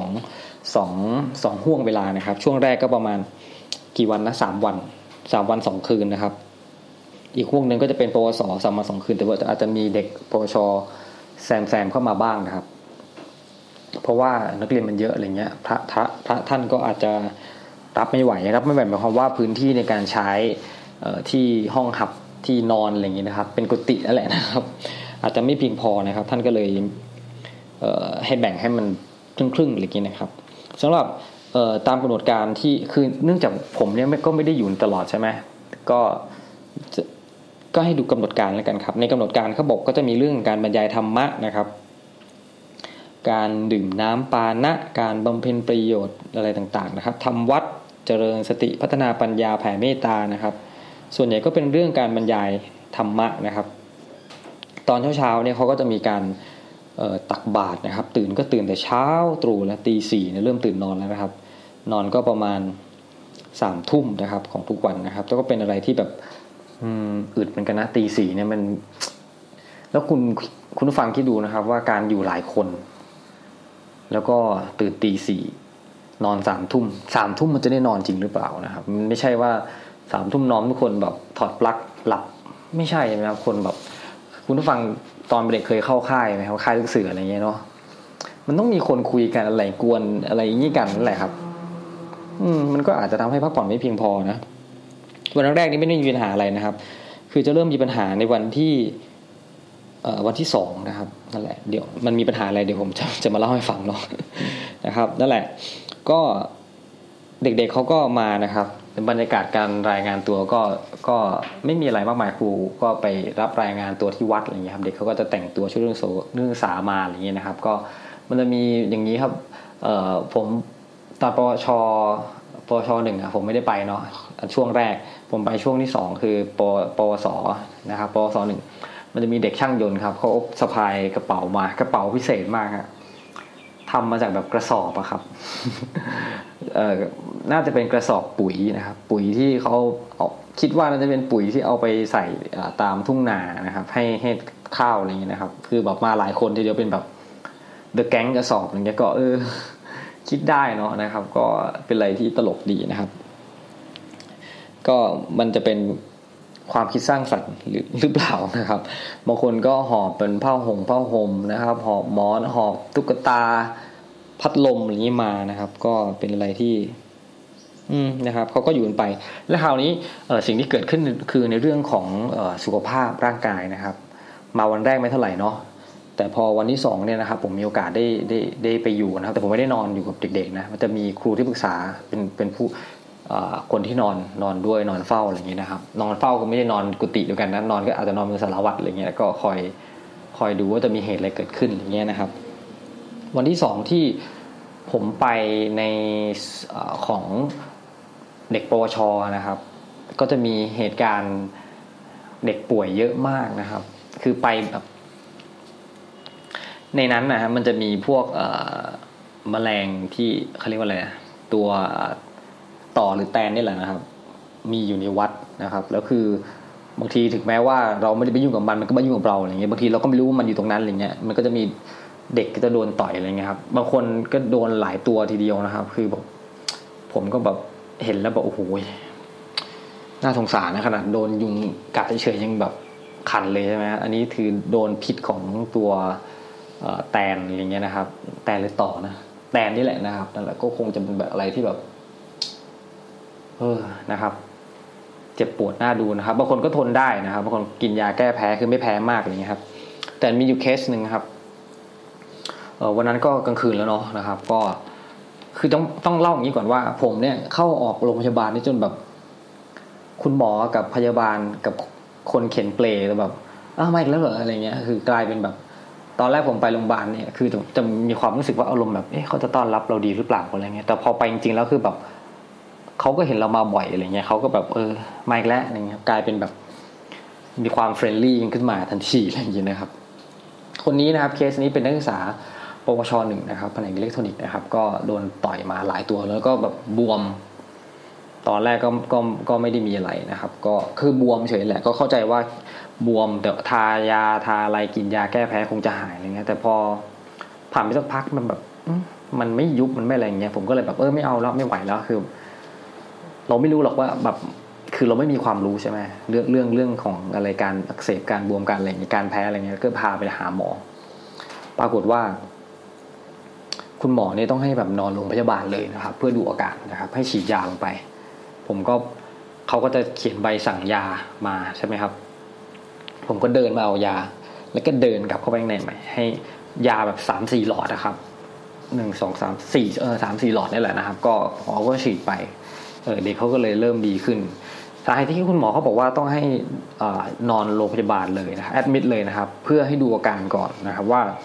A: 2ห่วงเวลานะครับช่วงแรกก็ประมาณกี่วันนะ3 วัน2 คืนนะครับอีกห่วงนึงก็จะเป็นปวส3 วัน 2 คืนแต่ว่าอาจจะมีเด็กปวชแซมเข้ามาบ้างนะครับเพราะว่านักเรียนมันเยอะอะไรเงี้ยพระท่านก็อาจจะรับไม่ไหวนะครับไม่หมายความว่าพื้นที่ในการใช้ที่ห้องหับที่นอนอะไรอย่างนี้นะครับเป็นกุฏินั่นแหละนะครับอาจจะไม่เพียงพอนะครับท่านก็เลยให้แบ่งให้มันครึ่งอะไรอย่างนี้นะครับสำหรับตามกำหนดการที่คือเนื่องจากผมเนี่ยก็ไม่ได้อยู่ตลอดใช่ไหมก็ให้ดูกำหนดการแล้วกันครับในกำหนดการเขาบอกก็จะมีเรื่องการบรรยายธรรมะนะครับการดื่มน้ำปานะการบำเพ็ญประโยชน์อะไรต่างๆนะครับทำวัดเจริญสติพัฒนาปัญญาแผ่เมตตานะครับส่วนใหญ่ก็เป็นเรื่องการบรรยายธรรมะนะครับตอนเช้าๆเนี่ยเขาก็จะมีการตักบาตรนะครับตื่นแต่เช้าตรู่แล้วตี 4เนี่ยเริ่มตื่นนอนแล้วนะครับนอนก็ประมาณ3 ทุ่มนะครับของทุกวันนะครับแล้วก็เป็นอะไรที่แบบอึดเหมือนกันนะตี 4เนี่ยมันแล้วคุณผู้ฟังคิดดูนะครับว่าการอยู่หลายคนแล้วก็ตื่นตี 4นอน3 ทุ่ม3 ทุ่มมันจะได้นอนจริงหรือเปล่านะครับมันไม่ใช่ว่า3 ทุ่มนอนทุกคนแบบถอดปลั๊กหลับไม่ใช่นะครับคนแบบคุณผู้ฟังตอนเด็กเคยเข้าค่ายไหมครับค่ายลูกเสืออะไรเงี้ยเนาะมันต้องมีคนคุยกันอะไรกวนอะไรอย่างนี้กันนั่นแหละครับมันก็อาจจะทำให้พักผ่อนไม่เพียงพอนะวันแรกนี่ไม่ได้มีปัญหาอะไรนะครับคือจะเริ่มมีปัญหาในวันที่2นะครับนั่นแหละเดี๋ยวมันมีปัญหาอะไรเดี๋ยวผมจะมาเล่าให้ฟังเนาะนะครับนั่นแหละก็เด็กๆเขาก็มานะครับบรรยากาศการรายงานตัวก็ไม่มีอะไรมากมายครูก็ไปรับรายงานตัวที่วัดอะไรอย่างเงี้ยครับเด็กเขาก็จะแต่งตัวชุดเรื่องสามาอะไรอย่างเงี้ยนะครับก็มันจะมีอย่างนี้ครับผมตอนปวช1อ่ะผมไม่ได้ไปเนาะช่วงแรกผมไปช่วงที่2คือปวสนะครับปวส1มันจะมีเด็กช่างยนต์ครับเขาสะพายกระเป๋ากระเป๋าพิเศษมากครับทำมาจากแบบกระสอบอะครับน่าจะเป็นกระสอบปุ๋ยนะครับปุ๋ยที่เขาคิดว่าน่าจะเป็นปุ๋ยที่เอาไปใส่ตามทุ่งนานะครับให้ข้าวอะไรอย่างเงี้ยนะครับคือแบบมาหลายคนทีเดียวเป็นแบบเดอะแก๊งกระสอบอย่างเงี้ยก็คิดได้เนาะนะครับก็เป็นอะไรที่ตลกดีนะครับก็มันจะเป็นความคิดสร้างสรรค์หรือเปล่านะครับบางคนก็หอบเป็นผ้าห่มนะครับหอบหมอนหอบตุ๊กตาพัดลมอย่างนี้มานะครับก็เป็นอะไรที่นะครับเขาก็อยู่กันไปและคราวนี้สิ่งที่เกิดขึ้นคือในเรื่องของสุขภาพร่างกายนะครับมาวันแรกไม่เท่าไหร่เนาะแต่พอวันที่2เนี่ยนะครับผมมีโอกาสได้ไปอยู่นะครับแต่ผมไม่ได้นอนอยู่กับเด็กๆนะมันจะมีครูที่ปรึกษาเป็นผู้คนที่นอนด้วยนอนเฝ้าอะไรอย่างเงี้ยนะครับนอนเฝ้าก็ไม่ได้นอนกุฏิเดียวกันนะนอนก็อาจจะนอนเป็นสารวัตรอะไรเงี้ยก็คอยดูว่าจะมีเหตุอะไรเกิดขึ้นอย่างเงี้ยนะครับวันที่2ที่ผมไปในของเด็กปวชนะครับก็จะมีเหตุการณ์เด็กป่วยเยอะมากนะครับคือไปแบบในนั้นนะครับมันจะมีพวกแมลงที่เขาเรียกว่าอะไรตัวต่อหรือแตนนี่แหละนะครับมีอยู่ในวัดนะครับแล้วคือบางทีถึงแม้ว่าเราไม่ได้ไปยุ่งกับมันก็มายุ่งกับเราอะไรเงี้ยบางทีเราก็ไม่รู้ว่ามันอยู่ตรงนั้นอะไรเงี้ยมันก็จะมีเด็กก็จะโดนต่อยอะไรเงี้ยครับบางคนก็โดนหลายตัวทีเดียวนะครับคือแบบผมก็แบบเห็นแล้วแบบโอ้โหน่าสงสารนะขนาดโดนยุงกัดเฉยๆยังแบบคันเลยใช่ไหมอันนี้คือโดนพิษของตัวแตนอย่างเงี้ยนะครับแตนหรือต่อนะแตนนี่แหละนะครับนั่นแหละก็คงจะเป็นแบบอะไรที่แบบนะครับเจ็บปวดน่าดูนะครับบางคนก็ทนได้นะครับบางคนกินยาแก้แพ้คือไม่แพ้มากอย่างเงี้ยครับแต่มีอยู่เคสนึงครับวันนั้นก็กลางคืนแล้วเนาะนะครับก็คือต้องเล่าอย่างนี้ก่อนว่าผมเนี่ยเข้าออกโรงพยาบาลนี่จนแบบคุณหมอกับพยาบาลกับคนเข็นเปลแล้วแบบไม่แล้วเหรออะไรเงี้ยคือกลายเป็นแบบตอนแรกผมไปโรงพยาบาลเนี่ยคือจะมีความรู้สึกว่าอารมณ์แบบเขาจะต้อนรับเราดีหรือเปล่าอะไรเงี้ยแต่พอไปจริงๆแล้วคือแบบเขาก็เห็นเรามาบ่อยอะไรเงี้ยเขาก็แบบมาอีกแล้วอะไรเงี้ยกลายเป็นแบบมีความเฟรนลี่ขึ้นมาทันทีอะไรอย่างเงี้ยนะครับคนนี้นะครับเคสนี้เป็นนักศึกษาปวช1นะครับแผนกอิเล็กทรอนิกส์นะครับก็โดนต่อยมาหลายตัวแล้วก็แบบบวมตอนแรกก็ไม่ได้มีอะไรนะครับก็คือบวมเฉยแหละก็เข้าใจว่าบวมแต่ทายาทาอะไรกินยาแก้แพ้คงจะหายอะไรเงี้ยแต่พอผ่านไปสักพักมันแบบมันไม่ยุบมันไม่อะไรเงี้ยผมก็เลยแบบไม่เอาแล้วไม่ไหวแล้วคือเราไม่รู้หรอกว่าแบบคือเราไม่มีความรู้ใช่ไหมเรื่องของอะไรการอักเสบการบวมการอะไรการแพ้อะไรเงี้ยก็พาไปหาหมอปรากฏว่าคุณหมอเนี่ยต้องให้แบบนอนโรงพยาบาลเลยนะครับเพื่อดูอาการนะครับให้ฉีดยาลงไปเขาก็จะเขียนใบสั่งยามาใช่ไหมครับผมก็เดินมาเอายาแล้วก็เดินกลับเข้าไปข้างในใหม่ให้ยาแบบ 3-4 หลอดนะครับ1 2 3 4 3-4 หลอดนี่แหละนะครับก็หมอก็ฉีดไปเด็กเขาก็เลยเริ่มดีขึ้นสาเหตุที่คุณหมอเขาบอกว่าต้องให้นอนโรงพยาบาลเลยนะแอดมิดเลยนะครับเพื่อให้ดูอาการก่อนนะครับว่า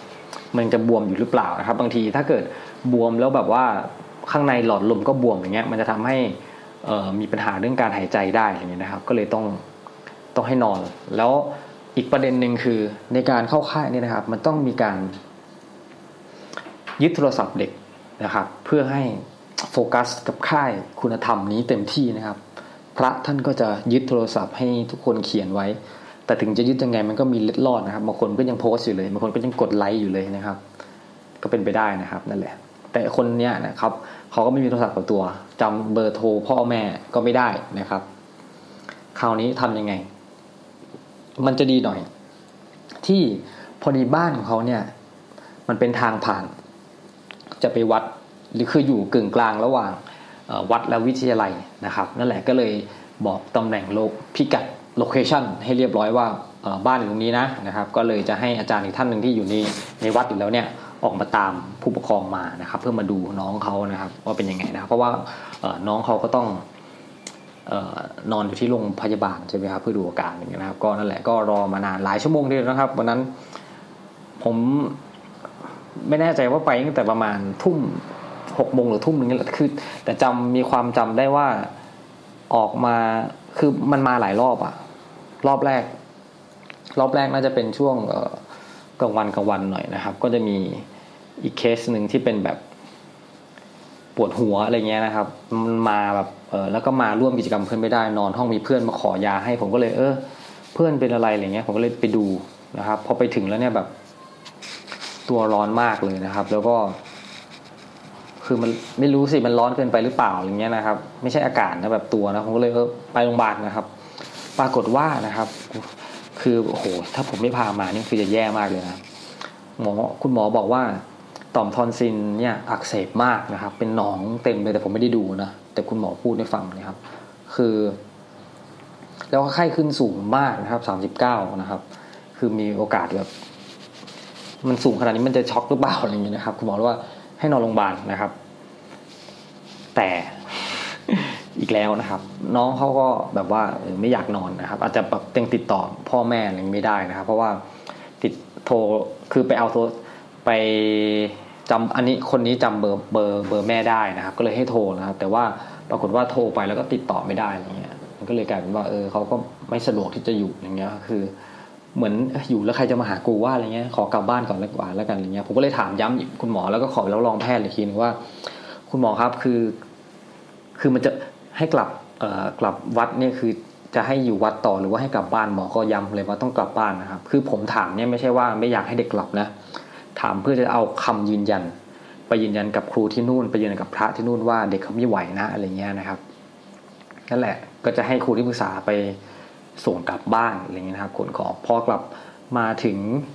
A: มันจะบวมอยู่หรือเปล่านะครับบางทีถ้าเกิดบวมแล้วแบบว่าข้างในหลอดลมก็บวมอย่างเงี้ยมันจะทำให้มีปัญหาเรื่องการหายใจได้อย่างเงี้ยนะครับก็เลยต้องให้นอนแล้วอีกประเด็นหนึ่งคือในการเข้าค่ายนี่นะครับมันต้องมีการยึดโทรศัพท์เด็กนะครับเพื่อให้โฟกัสกับค่ายคุณธรรมนี้เต็มที่นะครับพระท่านก็จะยึดโทรศัพท์ให้ทุกคนเขียนไว้แต่ถึงจะยึดยังไงมันก็มีเล็ดลอดนะครับบางคนก็ยังโพสต์อยู่เลยบางคนก็ยังกดไลค์อยู่เลยนะครับก็เป็นไปได้นะครับนั่นแหละแต่คนเนี้ยนะครับเขาก็ไม่มีโทรศัพท์กับตัวจำเบอร์โทรพ่อแม่ก็ไม่ได้นะครับคราวนี้ทำยังไงมันจะดีหน่อยที่พอดีบ้านของเขาเนี่ยมันเป็นทางผ่านจะไปวัดหรือคืออยู่กึ่งกลางระหว่างวัดและวิทยาลัยนะครับนั่นแหละก็เลยบอกตำแหน่งพิกัดโลเคชั่นให้เรียบร้อยว่าบ้านอยู่ตรงนี้นะครับก็เลยจะให้อาจารย์อีกท่านหนึ่งที่อยู่ในวัดอยู่แล้วเนี่ยออกมาตามผู้ปกครองมานะครับเพื่อมาดูน้องเขานะครับว่าเป็นยังไงนะครับเพราะว่าน้องเขาก็ต้องนอนอยู่ที่โรงพยาบาลใช่ไหมครับเพื่อดูอาการอย่างเงี้ยนะครับก็นั่นแหละก็รอมานานหลายชั่วโมงทีเดียวนะครับวันนั้นผมไม่แน่ใจว่าไปตั้งแต่ประมาณทุ่ม6 โมงหรือทุ่มนึงคือแต่มีความจำได้ว่าออกมาคือมันมาหลายรอบอะรอบแรกน่าจะเป็นช่วงกลางวันหน่อยนะครับก็จะมีอีกเคสหนึ่งที่เป็นแบบปวดหัวอะไรเงี้ยนะครับมันมาแบบแล้วก็มาร่วมกิจกรรมเพื่อนไม่ได้นอนห้องมีเพื่อนมาขอยาให้ผมก็เลยเพื่อนเป็นอะไรอะไรเงี้ยผมก็เลยไปดูนะครับพอไปถึงแล้วเนี่ยแบบตัวร้อนมากเลยนะครับแล้วก็คือมันไม่รู้สิมันร้อนเกินไปหรือเปล่าอะไรเงี้ยนะครับไม่ใช่อากาศนะแบบตัวนะผมก็เลยไปโรงพยาบาลนะครับปรากฏว่านะครับคือโอ้โหถ้าผมไม่พามานี่คือจะแย่มากเลยนะคุณหมอบอกว่าต่อมทอนซิลเนี่ยอักเสบมากนะครับเป็นหนองเต็มเลยแต่ผมไม่ได้ดูนะแต่คุณหมอพูดให้ฟังนะครับคือแล้วก็ไข้ขึ้นสูงมากนะครับ39นะครับคือมีโอกาสแบบมันสูงขนาดนี้มันจะช็อกหรือเปล่าอะไรอย่างเงี้ยนะครับคุณหมอบอกว่าให้นอนโรงพยาบาลนะครับแต่อีกแล้วนะครับน้องเขาก็แบบว่าไม่อยากนอนนะครับอาจจะแบบยังติดต่อพ่อแม่อะไรไม่ได้นะครับเพราะว่าติดโทรคือไปเอาโทรไปจำอันนี้คนนี้จำเบอร์แม่ได้นะครับก็เลยให้โทรนะครับแต่ว่าปรากฏว่าโทรไปแล้วก็ติดต่อไม่ได้อะไรเงี้ยมันก็เลยกลายเป็นว่าเขาก็ไม่สะดวกที่จะอยู่อย่างเงี้ยคือเหมือนอยู่แล้วใครจะมาหากูว่าอะไรเงี้ยขอกลับบ้านก่อนแล้วกันอะไรเงี้ยผมก็เลยถามย้ำคุณหมอแล้วก็ขอแล้วรองแพทย์อีกทีนึงว่าคุณหมอครับคือมันจะให้กลับวัดเนี่ยคือจะให้อยู่วัดต่อหรือว่าให้กลับบ้านหมอก็ย้ำเลยว่าต้องกลับบ้านนะครับคือผมถามเนี่ยไม่ใช่ว่าไม่อยากให้เด็กกลับนะถามเพื่อจะเอาคำยืนยันไปยืนยันกับครูที่นู่นไปยืนยันกับพระที่นู่นว่าเด็กเขาไม่ไหวนะอะไรเงี้ยนะครับนั่นแหละก็จะให้ครูที่ปรึกษาไปส่งกลับบ้านอะไรเงี้ยนะครับขนของพอกลับมาถึง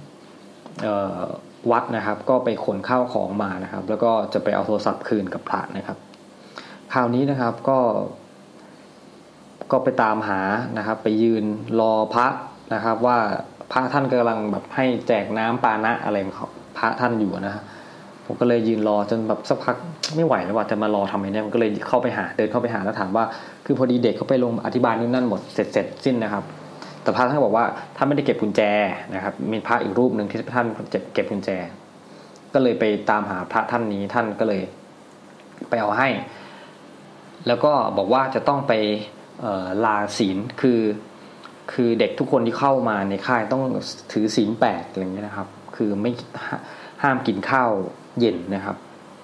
A: วัดนะครับก็ไปขนข้าวของมานะครับแล้วก็จะไปเอาโทรศัพท์คืนกับพระนะครับคราวนี้นะครับก็ไปตามหานะครับไปยืนรอพระนะครับว่าพระท่านกำลังแบบให้แจกน้ำปานะอะไรของพระท่านอยู่นะผมก็เลยยืนรอจนแบบสักพักไม่ไหวแล้วว่าจะมารอทำไมเนี่ยมันก็เลยเดินเข้าไปหาแล้วถามว่าคือพอดีเด็กเขาไปลงอธิบายนู่นนั่นหมดเสร็จสิ้นนะครับแต่พระท่านบอกว่าท่านไม่ได้เก็บกุญแจนะครับมีพระอีกรูปนึงที่ท่านเก็บกุญแจก็เลยไปตามหาพระท่านนี้ท่านก็เลยไปเอาให้แล้วก็บอกว่าจะต้องไปลาศีลคือเด็กทุกคนที่เข้ามาในค่ายต้องถือศีล8อะไรอย่างเงี้ยนะครับคือไม่ห้ามกินข้าวเย็นนะครับ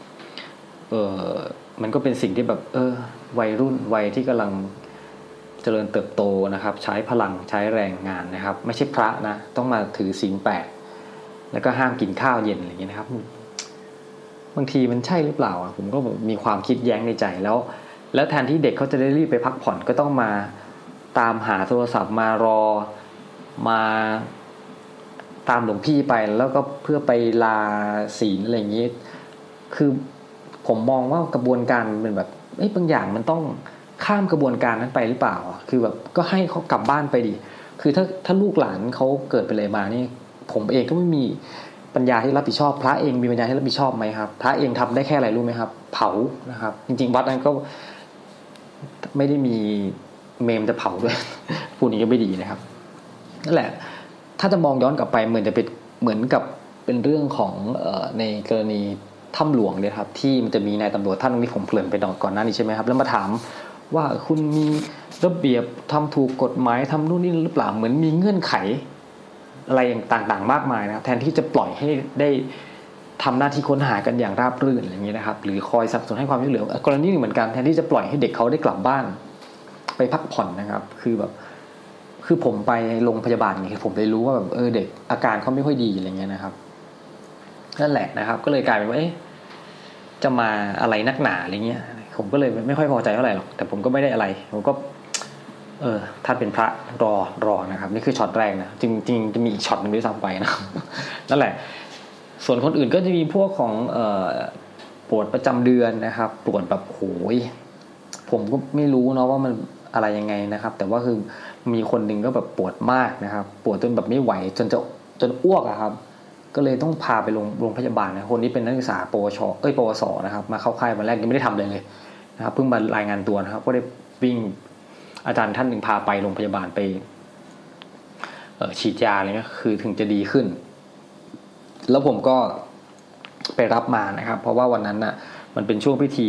A: มันก็เป็นสิ่งที่แบบวัยรุ่นวัยที่กำลังเจริญเติบโตนะครับใช้พลังใช้แรงงานนะครับไม่ใช่พระนะต้องมาถือศีล8แล้วก็ห้ามกินข้าวเย็นอะไรอย่างเงี้ยนะครับบางทีมันใช่หรือเปล่าผมก็มีความคิดแย้งในใจแล้วแทนที่เด็กเขาจะได้รีบไปพักผ่อนก็ต้องมาตามหาโทรศัพท์มารอมาตามหลวงพี่ไปแล้วก็เพื่อไปลาศีลอะไรอย่างนี้คือผมมองว่ากระบวนการมันเป็นแบบบางอย่างมันต้องข้ามกระบวนการนั้นไปหรือเปล่าคือแบบก็ให้เขากลับบ้านไปดิคือถ้าลูกหลานเขาเกิดไปเลยมานี่ผมเองก็ไม่มีปัญญาที่รับผิดชอบพระเองมีปัญญาที่รับผิดชอบไหมครับพระเองทำได้แค่อะไรรู้ไหมครับเผานะครับจริงๆวัดนั้นก็ไม่ได้มีเมมจะเผาด้วยพูดนี้ก็ไม่ดีนะครับนั่นแหละถ้าจะมองย้อนกลับไปเหมือนกับเป็นเรื่องของในกรณีถ้ำหลวงเนี่ยครับที่มันจะมีนายตำรวจท่านนึงที่ผมเกริ่นไปก่อนหน้านี้ใช่ไหมครับแล้วมาถามว่าคุณมีระเบียบทำถูกกฎหมายทำนู่นนี่หรือเปล่าเหมือนมีเงื่อนไขอะไรต่างๆมากมายนะครับแทนที่จะปล่อยให้ได้ทำหน้าที่ค้นหากันอย่างราบรื่นอย่างนี้นะครับหรือคอยสนับสนุนให้ความช่วยเหลือกรณีหนึ่งเหมือนกันแทนที่จะปล่อยให้เด็กเขาได้กลับบ้านไปพักผ่อนนะครับคือผมไปโรงพยาบาลเนี่ยผมเลยรู้ว่าแบบเด็กอาการเขาไม่ค่อยดีอะไรเงี้ยนะครับนั่นแหละนะครับก็เลยกลายเป็นว่าจะมาอะไรนักหนาอะไรเงี้ยผมก็เลยไม่ค่อยพอใจเท่าไหร่หรอกแต่ผมก็ไม่ได้อะไรผมก็ท่านเป็นพระรอนะครับนี่คือช็อตแรกนะจริงจะมีอีกช็อตนึงด้วยซ้ำไปนะ นั่นแหละส่วนคนอื่นก็จะมีพวกของปวดประจำเดือนนะครับปวดแบบโหยผมก็ไม่รู้เนาะว่ามันอะไรยังไงนะครับแต่ว่าคือมีคนหนึ่งก็แบบปวดมากนะครับปวดจนแบบไม่ไหวจนอ้วกอะครับก็เลยต้องพาไปโรงพยาบาลนะคนนี้เป็นนักศึกษาปวสนะครับมาเข้าค่ายวันแรกยังไม่ได้ทำเลยนะครับเพิ่งมารายงานตัวนะครับก็ได้วิ่งอาจารย์ท่านหนึ่งพาไปโรงพยาบาลไปฉีดยาอะไรเงี้ยคือถึงจะดีขึ้นแล้วผมก็ไปรับมานะครับเพราะว่าวันนั้นน่ะมันเป็นช่วงพิธี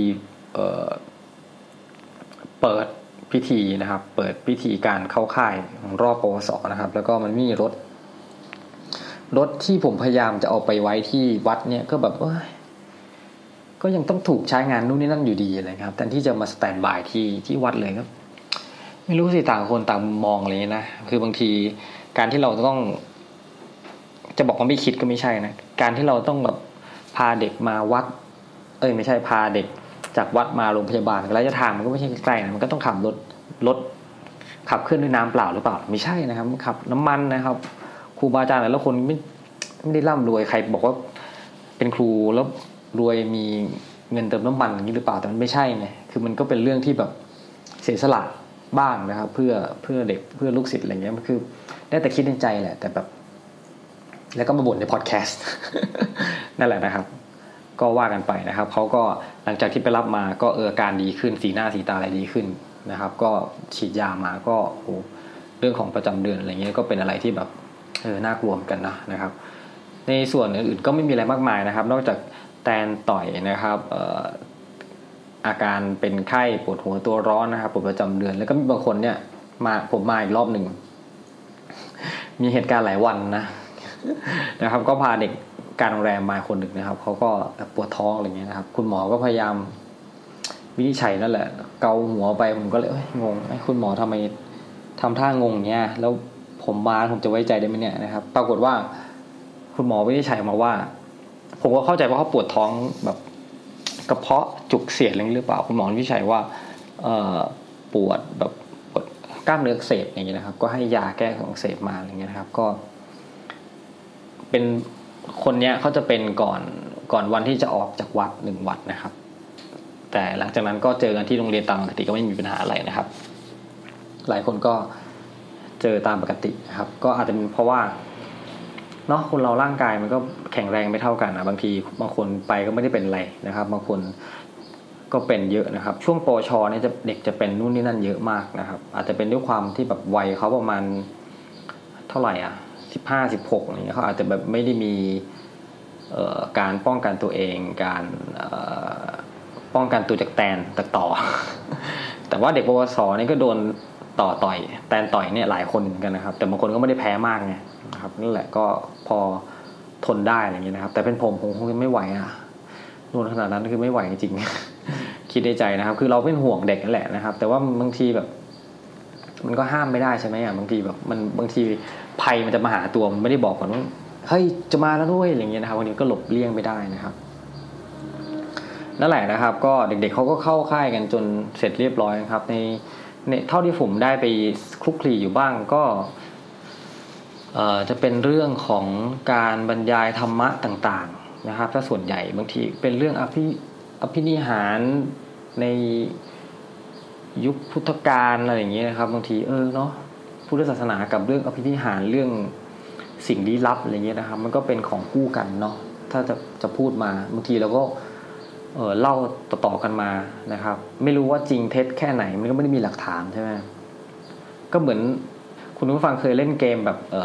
A: เปิดพิธีนะครับเปิดพิธีการเข้าค่ายของรอบปวสนะครับแล้วก็มันมีรถที่ผมพยายามจะเอาไปไว้ที่วัดเนี่ยก็แบบก็ยังต้องถูกใช้งานนู่นนี่นั่นอยู่ดีอะไรครับแทนที่จะมาสแตนด์บายที่วัดเลยครับไม่รู้สิต่างคนต่างมองอะไรนะคือบางทีการที่เราต้องจะบอกว่าไม่คิดก็ไม่ใช่นะการที่เราต้องแบบพาเด็กมาวัดไม่ใช่พาเด็กจากวัดมาโรงพยาบาลระยะทางมันก็ไม่ใช่ใกล้ๆนะมันก็ต้องขับรถขับเคลื่อนด้วยน้ำเปล่าหรือเปล่าไม่ใช่นะครับขับน้ำมันนะครับครูบาอาจารย์แต่ละคนไม่ได้ร่ำรวยใครบอกว่าเป็นครูแล้วรวยมีเงินเติมน้ำมันอย่างนี้หรือเปล่าแต่มันไม่ใช่ไงคือมันก็เป็นเรื่องที่แบบเสียสละบ้างนะครับเพื่อเด็กเพื่อลูกศิษย์อะไรเงี้ยมันคือได้แต่คิดในใจแหละแต่แบบแล้วก็มาบ่นในพอดแคสต์ นั่นแหละนะครับก็ว่ากันไปนะครับเขาก็หลังจากที่ไปรับมาก็อาการดีขึ้นสีหน้าสีตาอะไรดีขึ้นนะครับก็ฉีดยามาก็เรื่องของประจำเดือนอะไรเงี้ยก็เป็นอะไรที่แบบน่ากลัวกันนะครับในส่วนอื่นๆก็ไม่มีอะไรมากมายนะครับนอกจากแตนต่อยนะครับอาการเป็นไข้ปวดหัวตัวร้อนนะครับปวดประจำเดือนแล้วก็มีบางคนเนี่ยผมมาอีกรอบหนึ่งมีเหตุการณ์หลายวันนะครับก็พาเด็กการโรงแรมมาคนหนึ่งนะครับเขาก็ปวดท้องอะไรเงี้ยนะครับคุณหมอก็พยายามวินิจฉัยนั่นแหละเกาหัวไปผมก็เลยงงคุณหมอทำไมทำท่างงเงี้ยแล้วผมจะไว้ใจได้ไหมเนี่ยนะครับปรากฏว่าคุณหมอวินิจฉัยมาว่าผมก็เข้าใจว่าเขาปวดท้องแบบกระเพาะจุกเสียดอะไรหรือเปล่าคุณหมอวินิจฉัยว่าปวดแบบปวดกล้ามเนื้ออักเสบอย่างเงี้ยนะครับก็ให้ยาแก้อักเสบมาอะไรเงี้ยนะครับก็เป็นคนเนี้ยเขาจะเป็นก่อนวันที่จะออกจากวัด1 วันนะครับแต่หลังจากนั้นก็เจอกันที่โรงเรียนตามปกติก็ไม่มีปัญหาอะไรนะครับหลายคนก็เจอตามปกตินะครับก็อาจจะเป็นเพราะว่าเนาะคนเราร่างกายมันก็แข็งแรงไม่เท่ากันบางทีบางคนไปก็ไม่ได้เป็นอะไรนะครับบางคนก็เป็นเยอะนะครับช่วงปชเนี่ยเด็กจะเป็นนู่นนี่นั่นเยอะมากนะครับอาจจะเป็นด้วยความที่แบบวัยเขาประมาณเท่าไหร่15-16อะไรเงี้ยเขาอาจจะแบบไม่ได้มีการป้องกันตัวเองการป้องกันตัวจากแตนต่อ แต่ว่าเด็กปวสนี่ก็โดนต่อยแตนต่อยเนี่ยหลายคนเหมือนกันนะครับแต่บางคนก็ไม่ได้แพ้มากไงนะครับนั่นแหละก็พอทนได้อะไรเงี้ยนะครับแต่เป็นผมคงไม่ไหวโดนขนาดนั้นคือไม่ไหวจริงๆ คิดในใจนะครับคือเราเป็นห่วงเด็กนั่นแหละนะครับแต่ว่าบางทีแบบมันก็ห้ามไม่ได้ใช่ไหมบางทีแบบบางทีภัยมันจะมาหาตัวมันไม่ได้บอกก่อนว่าเฮ้ยจะมาแล้วด้วยอย่างเงี้ยนะครับวันนี้ก็หลบเลี่ยงไม่ได้นะครับนั่นแหละนะครับก็เด็กๆเขาก็เข้าค่ายกันจนเสร็จเรียบร้อยครับในเท่าที่ผมได้ไปคลุกคลีอยู่บ้างก็จะเป็นเรื่องของการบรรยายธรรมะต่างๆนะครับถ้าส่วนใหญ่บางทีเป็นเรื่องอภินิหารในยุคพุทธกาลอะไรอย่างเงี้ยนะครับบางทีเนาะพุทธศาสนากับเรื่องอภินิหารเรื่องสิ่งลี้ลับอะไรเงี้ยนะครับมันก็เป็นของคู่กันเนาะถ้าจะพูดมาบางทีเราก็เล่าต่อๆกันมานะครับไม่รู้ว่าจริงเท็จแค่ไหนมันก็ไม่ได้มีหลักฐานใช่ไหมก็เหมือนคุณผู้ฟังเคยเล่นเกมแบบ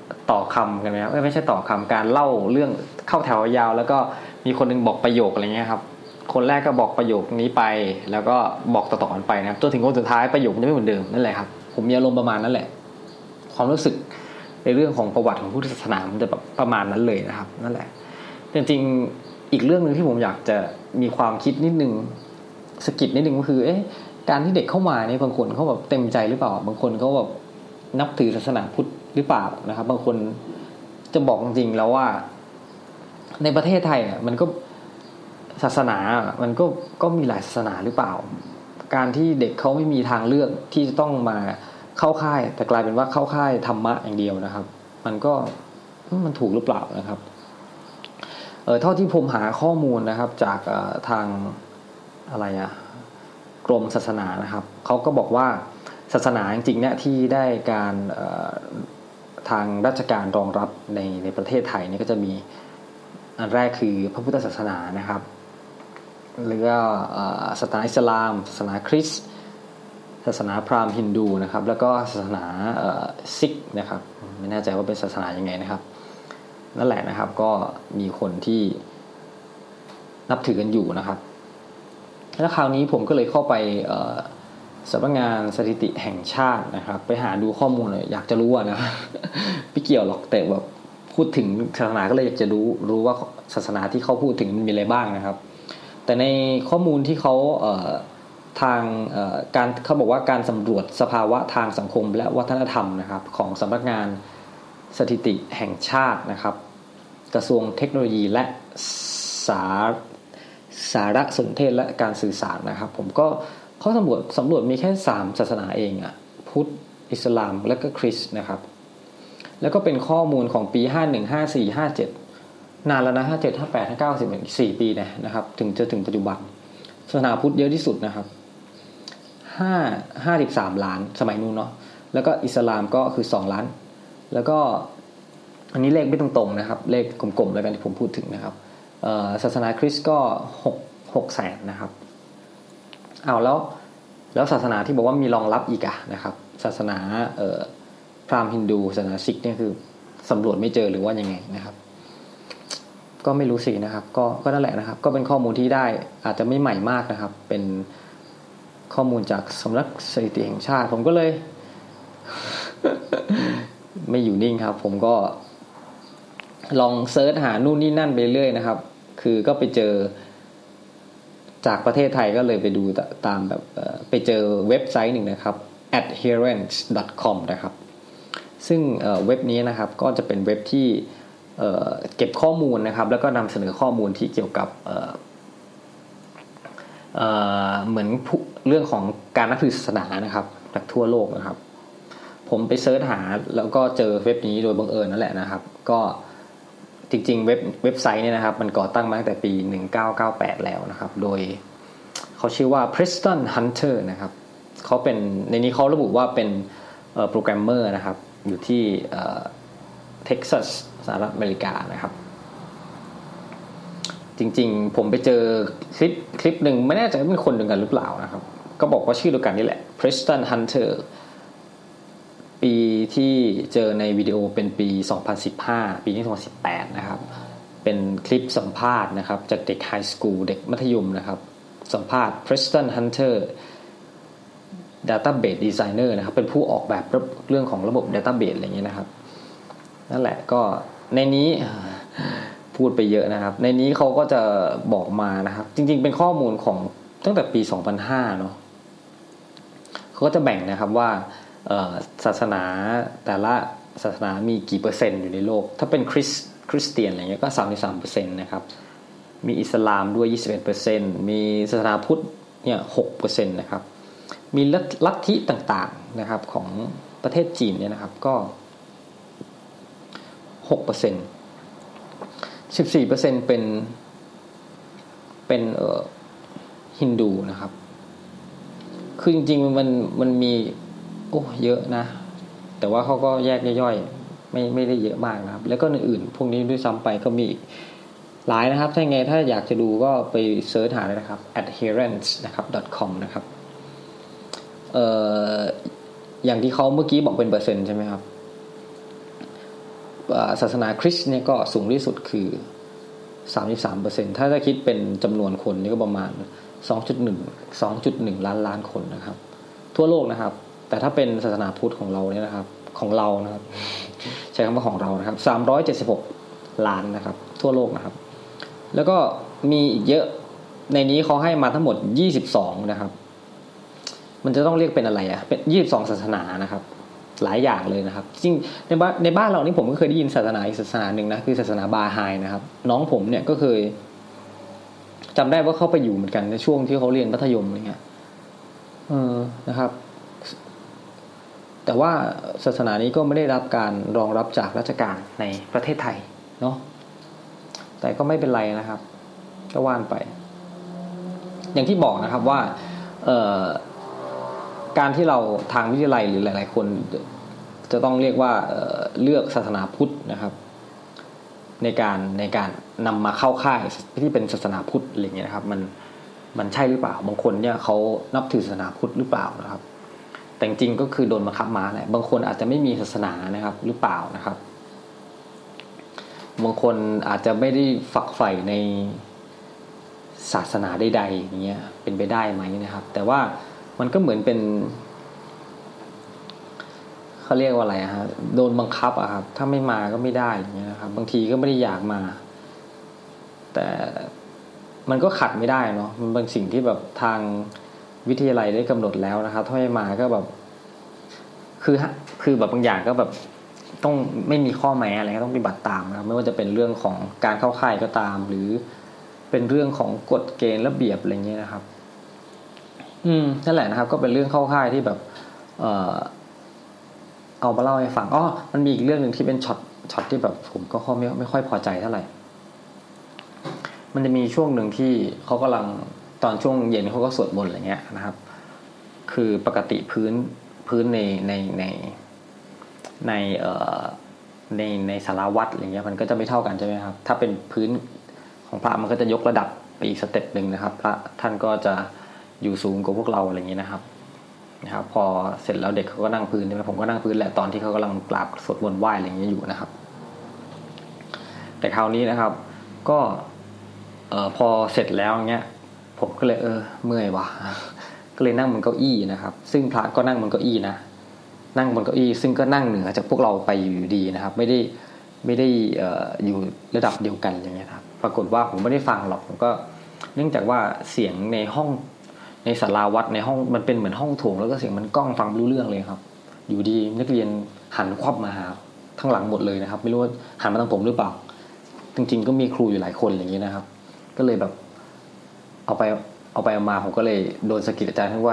A: ต่อคำกันไหมครับไม่ใช่ต่อคำการเล่าเรื่องเข้าแถวยาวแล้วก็มีคนนึงบอกประโยคอะไรเงี้ยครับคนแรกก็บอกประโยคนี้ไปแล้วก็บอกต่อๆกันไปนะครับจนถึงคนสุดท้ายประโยคมันจะไม่เหมือนเดิมนั่นแหละครับผมมีอารมณ์ประมาณนั้นแหละความรู้สึกในเรื่องของประวัติของพุทธศาสนามันจะแบบประมาณนั้นเลยนะครับนั่นแหละจริงๆอีกเรื่องนึงที่ผมอยากจะมีความคิดนิดนึงสะกิดนิดนึงก็คือการที่เด็กเข้ามาเนี่ยบางคนเขาแบบเต็มใจหรือเปล่าบางคนเขาแบบนับถือศาสนาพุทธหรือเปล่านะครับบางคนจะบอกจริงๆแล้วว่าในประเทศไทยอ่ะมันก็ศาสนามันก็มีหลายศาสนาหรือเปล่าการที่เด็กเขาไม่มีทางเลือกที่จะต้องมาเข้าค่ายแต่กลายเป็นว่าเข้าค่ายธรรมะอย่างเดียวนะครับมันถูกหรือเปล่านะครับเท่าที่ผมหาข้อมูลนะครับจากทางอะไรกรมศาสนานะครับเขาก็บอกว่าศาสนาจริงๆเนี่ยที่ได้การทางราชการรองรับในประเทศไทยนี่ก็จะมีอันแรกคือพระพุทธศาสนานะครับหรือว่าศาสนาอิสลามศาสนาคริสต์ศาสนาพราหมณ์ฮินดูนะครับแล้วก็ศาสนาซิกนะครับไม่แน่ใจว่าเป็นศาสนายังไงนะครับนั่นแหละนะครับก็มีคนที่นับถือกันอยู่นะครับแล้วคราวนี้ผมก็เลยเข้าไปสำนักงานสถิติแห่งชาตินะครับไปหาดูข้อมูลเลยอยากจะรู้นะไม่เกี่ยวหรอกแต่แบบพูดถึงศาสนาก็เลยอยากจะรู้ว่าศาสนาที่เขาพูดถึงมันมีอะไรบ้างนะครับแต่ในข้อมูลที่เขาทางการเขาบอกว่าการสำรวจสภาวะทางสังคมและวัฒนธรรมนะครับของสำนักงานสถิติแห่งชาตินะครับกระทรวงเทคโนโลยีและสารสนเทศและการสื่อสารนะครับผมก็เขาสำรวจมีแค่3ศาสนาเองพุทธอิสลามและก็คริสต์นะครับแล้วก็เป็นข้อมูลของปี51 54 57นานแล้วนะ57 58 59 10อีก4ปีนะครับถึงปัจจุบันศาสนาพุทธเยอะที่สุดนะครับ53ล้านสมัยนู้นเนาะแล้วก็อิสลามก็คือ2ล้านแล้วก็อันนี้เลขไม่ตรงๆนะครับเลขกลมๆแล้วกันที่ผมพูดถึงนะครับศาสนาคริสต์ก็6แสนนะครับเอาแล้วศาสนาที่บอกว่ามีรองรับอีกนะครับศาสนาพราหมณ์ฮินดูศาสนาซิกเนี่ยคือสำรวจไม่เจอหรือว่ายังไงนะครับก็ไม่รู้สินะครับก็นั่นแหละนะครับก็เป็นข้อมูลที่ได้อาจจะไม่ใหม่มากนะครับเป็นข้อมูลจากสำนักสถิติแห่งชาติผมก็เลย ไม่อยู่นิ่งครับผมก็ลองเซิร์ชหานู่นนี่นั่นไปเรื่อยนะครับคือก็ไปเจอจากประเทศไทยก็เลยไปดูตามแบบไปเจอเว็บไซต์หนึ่งนะครับ adherence.com นะครับซึ่งเว็บนี้นะครับก็จะเป็นเว็บที่เก็บข้อมูลนะครับแล้วก็นำเสนอข้อมูลที่เกี่ยวกับเหมือนเรื่องของการนับถือศาสนานะครับจากทั่วโลกนะครับผมไปเซิร์ชหาแล้วก็เจอเว็บนี้โดยบังเอิญนั่นแหละนะครับก็จริงๆเว็บไซต์เนี่ยนะครับมันก่อตั้งมาตั้งแต่ปี1998แล้วนะครับโดยเขาชื่อว่า Preston Hunter นะครับเขาเป็นในนี้เขาระบุว่าเป็นโปรแกรมเมอร์นะครับอยู่ที่เท็กซัสสหรัฐอเมริกานะครับจริงๆผมไปเจอคลิปหนึ่งไม่แน่ใจว่าเป็นคนเดียวกันหรือเปล่านะครับก็บอกว่าชื่อเดียวกันนี่แหละ Preston Hunter ปีที่เจอในวิดีโอเป็นปี2015ปีนี้2018นะครับเป็นคลิปสัมภาษณ์นะครับจากเด็กไฮสคูลเด็กมัธยมนะครับสัมภาษณ์ Preston Hunter Database Designer นะครับเป็นผู้ออกแบบเรื่องของระบบ Database อะไรอย่างเงี้ยนะครับนั่นแหละก็ในนี้พูดไปเยอะนะครับในนี้เขาก็จะบอกมานะครับจริงๆเป็นข้อมูลของตั้งแต่ปี2005เนาะเขาก็จะแบ่งนะครับว่าศาสนาแต่ละศาสนามีกี่เปอร์เซ็นต์อยู่ในโลกถ้าเป็นคริสเตียนอะไรเงี้ยก็ 33% นะครับมีอิสลามด้วย 21% มีศาสนาพุทธเนี่ย 6% นะครับมีลัทธิต่างๆนะครับของประเทศจีนเนี่ยนะครับก็ 6% 14% เป็นฮินดูนะครับคือจริงๆมันมีเยอะนะแต่ว่าเขาก็แยกย่อยๆไม่ได้เยอะมากนะครับแล้วก็อื่นๆพวกนี้ด้วยซ้ำไปก็มีหลายนะครับถ้าไงถ้าอยากจะดูก็ไปเสิร์ชหาเลยนะครับ adherence นะครับ .com นะครับอย่างที่เขาเมื่อกี้บอกเป็นเปอร์เซ็นต์ใช่ไหมครับศาสนาคริสต์เนี่ยก็สูงที่สุดคือ 33% ถ้าจะคิดเป็นจำนวนคนนี่ก็ประมาณ 2.1 ล้านคนนะครับทั่วโลกนะครับแต่ถ้าเป็นศาสนาพุทธของเราเนี่ยนะครับของเรานะครับใช้คำว่าของเรานะครับ376ล้านนะครับทั่วโลกนะครับแล้วก็มีอีกเยอะในนี้เขาให้มาทั้งหมด22นะครับมันจะต้องเรียกเป็นอะไรเป็น22ศาสนานะครับหลายอย่างเลยนะครับจริงในบ้านเรานี่ผมก็เคยได้ยินศาสนาอีกศาสนาหนึ่งนะคือศาสนาบาฮายนะครับน้องผมเนี่ยก็เคยจำได้ว่าเข้าไปอยู่เหมือนกันในช่วงที่เขาเรียนมัธยมอะไรเงี้ยนะครับแต่ว่าศาสนานี้ก็ไม่ได้รับการรองรับจากราชการในประเทศไทยเนาะแต่ก็ไม่เป็นไรนะครับก็ว่านไปอย่างที่บอกนะครับว่าการที่เราทางวิทยาลัยหรือหลายๆคนจะต้องเรียกว่าเลือกศาสนาพุทธนะครับในการนำมาเข้าค่ายที่เป็นศาสนาพุทธอะไรเงี้ยนะครับมันใช่หรือเปล่าบางคนเนี่ยเขานับถือศาสนาพุทธหรือเปล่านะครับแต่จริงก็คือโดนบังคับมาแหละบางคนอาจจะไม่มีศาสนานะครับหรือเปล่านะครับบางคนอาจจะไม่ได้ฝักใฝ่ในศาสนาใดๆอย่างเงี้ยเป็นไปได้ไหมนะครับแต่ว่ามันก็เหมือนเป็นเขาเรียกว่าอะไรฮะโดนบังคับอะครับถ้าไม่มาก็ไม่ได้อย่างเงี้ยนะครับบางทีก็ไม่ได้อยากมาแต่มันก็ขัดไม่ได้เนาะมันเป็นสิ่งที่แบบทางวิทยาลัยได้กำหนดแล้วนะครับถ้าไม่มาก็แบบคือแบบบางอย่างก็แบบต้องไม่มีข้อแม้อะไรก็ต้องปฏิบัติตามนะครับไม่ว่าจะเป็นเรื่องของการเข้าค่ายก็ตามหรือเป็นเรื่องของกฎเกณฑ์ระเบียบอะไรเงี้ยนะครับนั่นแหละนะครับก็เป็นเรื่องเข้าค่ายที่แบบเอามาเล่าให้ฟังมันมีอีกเรื่องนึงที่เป็นช็อตที่แบบผมก็ไม่ค่อยพอใจเท่าไหร่มันจะมีช่วงนึงที่เขากำลังตอนช่วงเย็นเขาก็สวดมนต์อะไรเงี้ยนะครับคือปกติพื้นในศาลาวัดอะไรเงี้ยมันก็จะไม่เท่ากันใช่ไหมครับถ้าเป็นพื้นของพระมันก็จะยกระดับไปอีกสเต็ปนึงนะครับพระท่านก็จะอยู่สูงกว่าพวกเราอะไรอย่างนี้นะครับพอเสร็จแล้วเด็กเขาก็นั่งพื้นใช่ไหมผมก็นั่งพื้นแหละตอนที่เขากำลังกราบสวดมนต์ไหว้อะไรอย่างนี้อยู่นะครับแต่คราวนี้นะครับก็พอเสร็จแล้วเงี้ยผมก็เลยเมื่อยว่ะก็เลยนั่งบนเก้าอี้นะครับซึ่งพระก็นั่งบนเก้าอี้นะนั่งบนเก้าอี้ซึ่งก็นั่งเหนือจากพวกเราไปอยู่ดีนะครับไม่ได้อยู่ระดับเดียวกันอย่างเงี้ยครับปรากฏว่าผมไม่ได้ฟังหรอกผมก็เนื่องจากว่าเสียงในห้องในศาลาวัดในห้องมันเป็นเหมือนห้องโถงแล้วก็เสียงมันก้องฟังไม่รู้เรื่องเลยครับอยู่ดีนักเรียนหันควับมาหาทั้งหลังหมดเลยนะครับไม่รู้ว่าหันมาทางผมหรือเปล่าจริงๆก็มีครูอยู่หลายคนอย่างนี้นะครับก็เลยแบบเอาไปมาผมก็เลยโดนสะกิดอาจารย์ทั้งว่า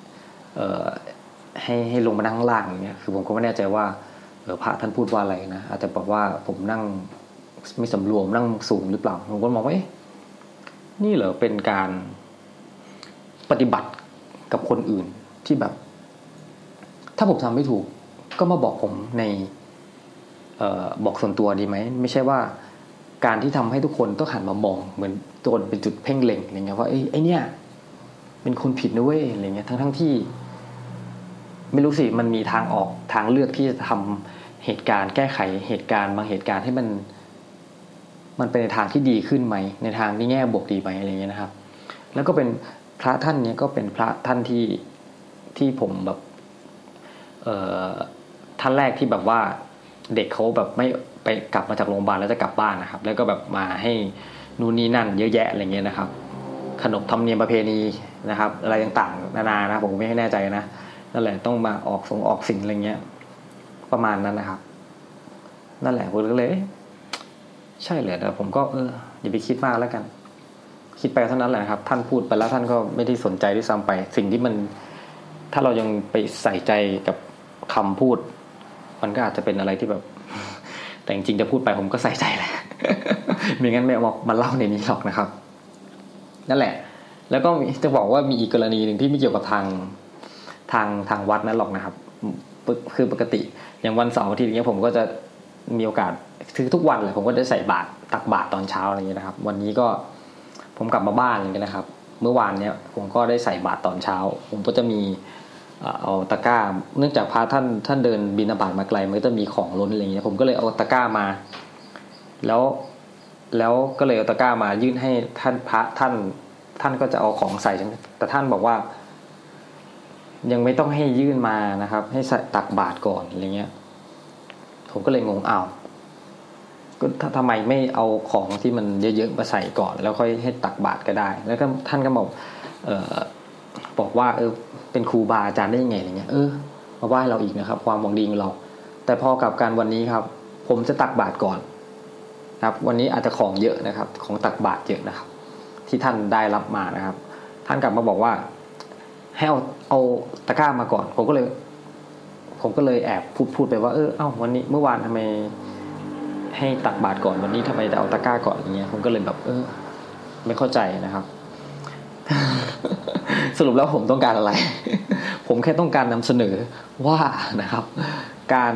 A: ให้ลงมานั่งข้างล่างอย่างเงี้ยคือผมก็ไม่แน่ใจว่าพระท่านพูดว่าอะไรนะอาจจะบอกว่าผมนั่งไม่สำรวมนั่งสูงหรือเปล่าผมก็มองว่านี่เหรอเป็นการปฏิบัติกับคนอื่นที่แบบถ้าผมทำไม่ถูกก็มาบอกผมในบอกส่วนตัวดีไหมไม่ใช่ว่าการที่ทำให้ทุกคนต้องหันมามองเหมือนโดนเป็นจุดเพ่งเล็งอะไรเงี้ยว่าไอ้เนี่ยเป็นคนผิดนะเว้ยอะไรเงี้ยทั้งที่ไม่รู้สิมันมีทางออกทางเลือกที่จะทำเหตุการณ์แก้ไขเหตุการณ์บางเหตุการณ์ให้มันเป็นในทางที่ดีขึ้นไหมในทางที่แง่บวกดีไหมอะไรเงี้ยนะครับแล้วก็เป็นพระท่านเนี้ยก็เป็นพระท่านที่ผมแบบท่านแรกที่แบบว่าเด็กเขาแบบไม่ไปกลับมาจากโรงพยาบาลแล้วจะกลับบ้านนะครับแล้วก็แบบมาให้นู่นนี่นั่นเยอะแยะอะไรเงี้ยนะครับขนบธรรมเนียมประเพณีนะครับอะไรต่างๆนานานะผมไม่แน่ใจนะนั่นแหละต้องมาออกสิ่งอะไรเงี้ยประมาณนั้นนะครับนั่นแหละผมก็เลยใช่เลยแต่ผมก็อย่าไปคิดมากแล้วกันคิดไปเท่านั้นแหละครับท่านพูดไปแล้วท่านก็ไม่ได้สนใจด้วยซ้ำไปสิ่งที่มันถ้าเรายังไปใส่ใจกับคำพูดมันก็อาจจะเป็นอะไรที่แบบแต่จริงๆจะพูดไปผมก็ใส่ใจแหละไม่งั้นไม่เอามาเล่าในนี้หรอกนะครับนั่นแหละแล้วก็จะบอกว่ามีอีกกรณีหนึ่งที่ไม่เกี่ยวกับทางวัดนั่นหรอกนะครับคือปกติอย่างวันเสาร์อาทิตย์อย่างเงี้ยผมก็จะมีโอกาสคือทุกวันเลยผมก็จะใส่บาตรตักบาตรตอนเช้าอะไรอย่างเงี้ยนะครับวันนี้ก็ผมกลับมาบ้านอย่างเงี้ยนะครับเมื่อวานเนี้ยผมก็ได้ใส่บาตรตอนเช้าผมก็จะมีเอาตะกร้าเนื่องจากพระท่านเดินบิณฑบาตมาไกลมันก็จะมีของล้นอะไรอย่างเงี้ยผมก็เลยเอาตะกร้ามาแล้วก็เลยเอาตะกร้ามายื่นให้ท่านพระท่านก็จะเอาของใส่แต่ท่านบอกว่ายังไม่ต้องให้ยื่นมานะครับให้ตักบาตรก่อนอะไรเงี้ยผมก็เลยงงอ้าวก็ทำไมไม่เอาของที่มันเยอะๆมาใส่ก่อนแล้วค่อยให้ตักบาตรก็ได้แล้วก็ท่านก็บอกว่าเป็นครูบาอาจารย์ได้ยังไงอะไรเงี้ยมาไหว้เราอีกนะครับความหวังดีของเราแต่พอกลับกันวันนี้ครับผมจะตักบาตรก่อนครับวันนี้อาจจะของเยอะนะครับของตักบาตรเยอะนะครับที่ท่านได้รับมานะครับท่านกลับมาบอกว่าให้เอาตะกร้ามาก่อนผมก็เลยแอบพูดไปว่าวันนี้เมื่อวานทำไมให้ตักบาตรก่อนวันนี้ทำไมจะเอาตะกร้าก่อนอย่างเงี้ยผมก็เลยแบบไม่เข้าใจนะครับ สรุปแล้วผมต้องการอะไร ผมแค่ต้องการนำเสนอว่านะครับการ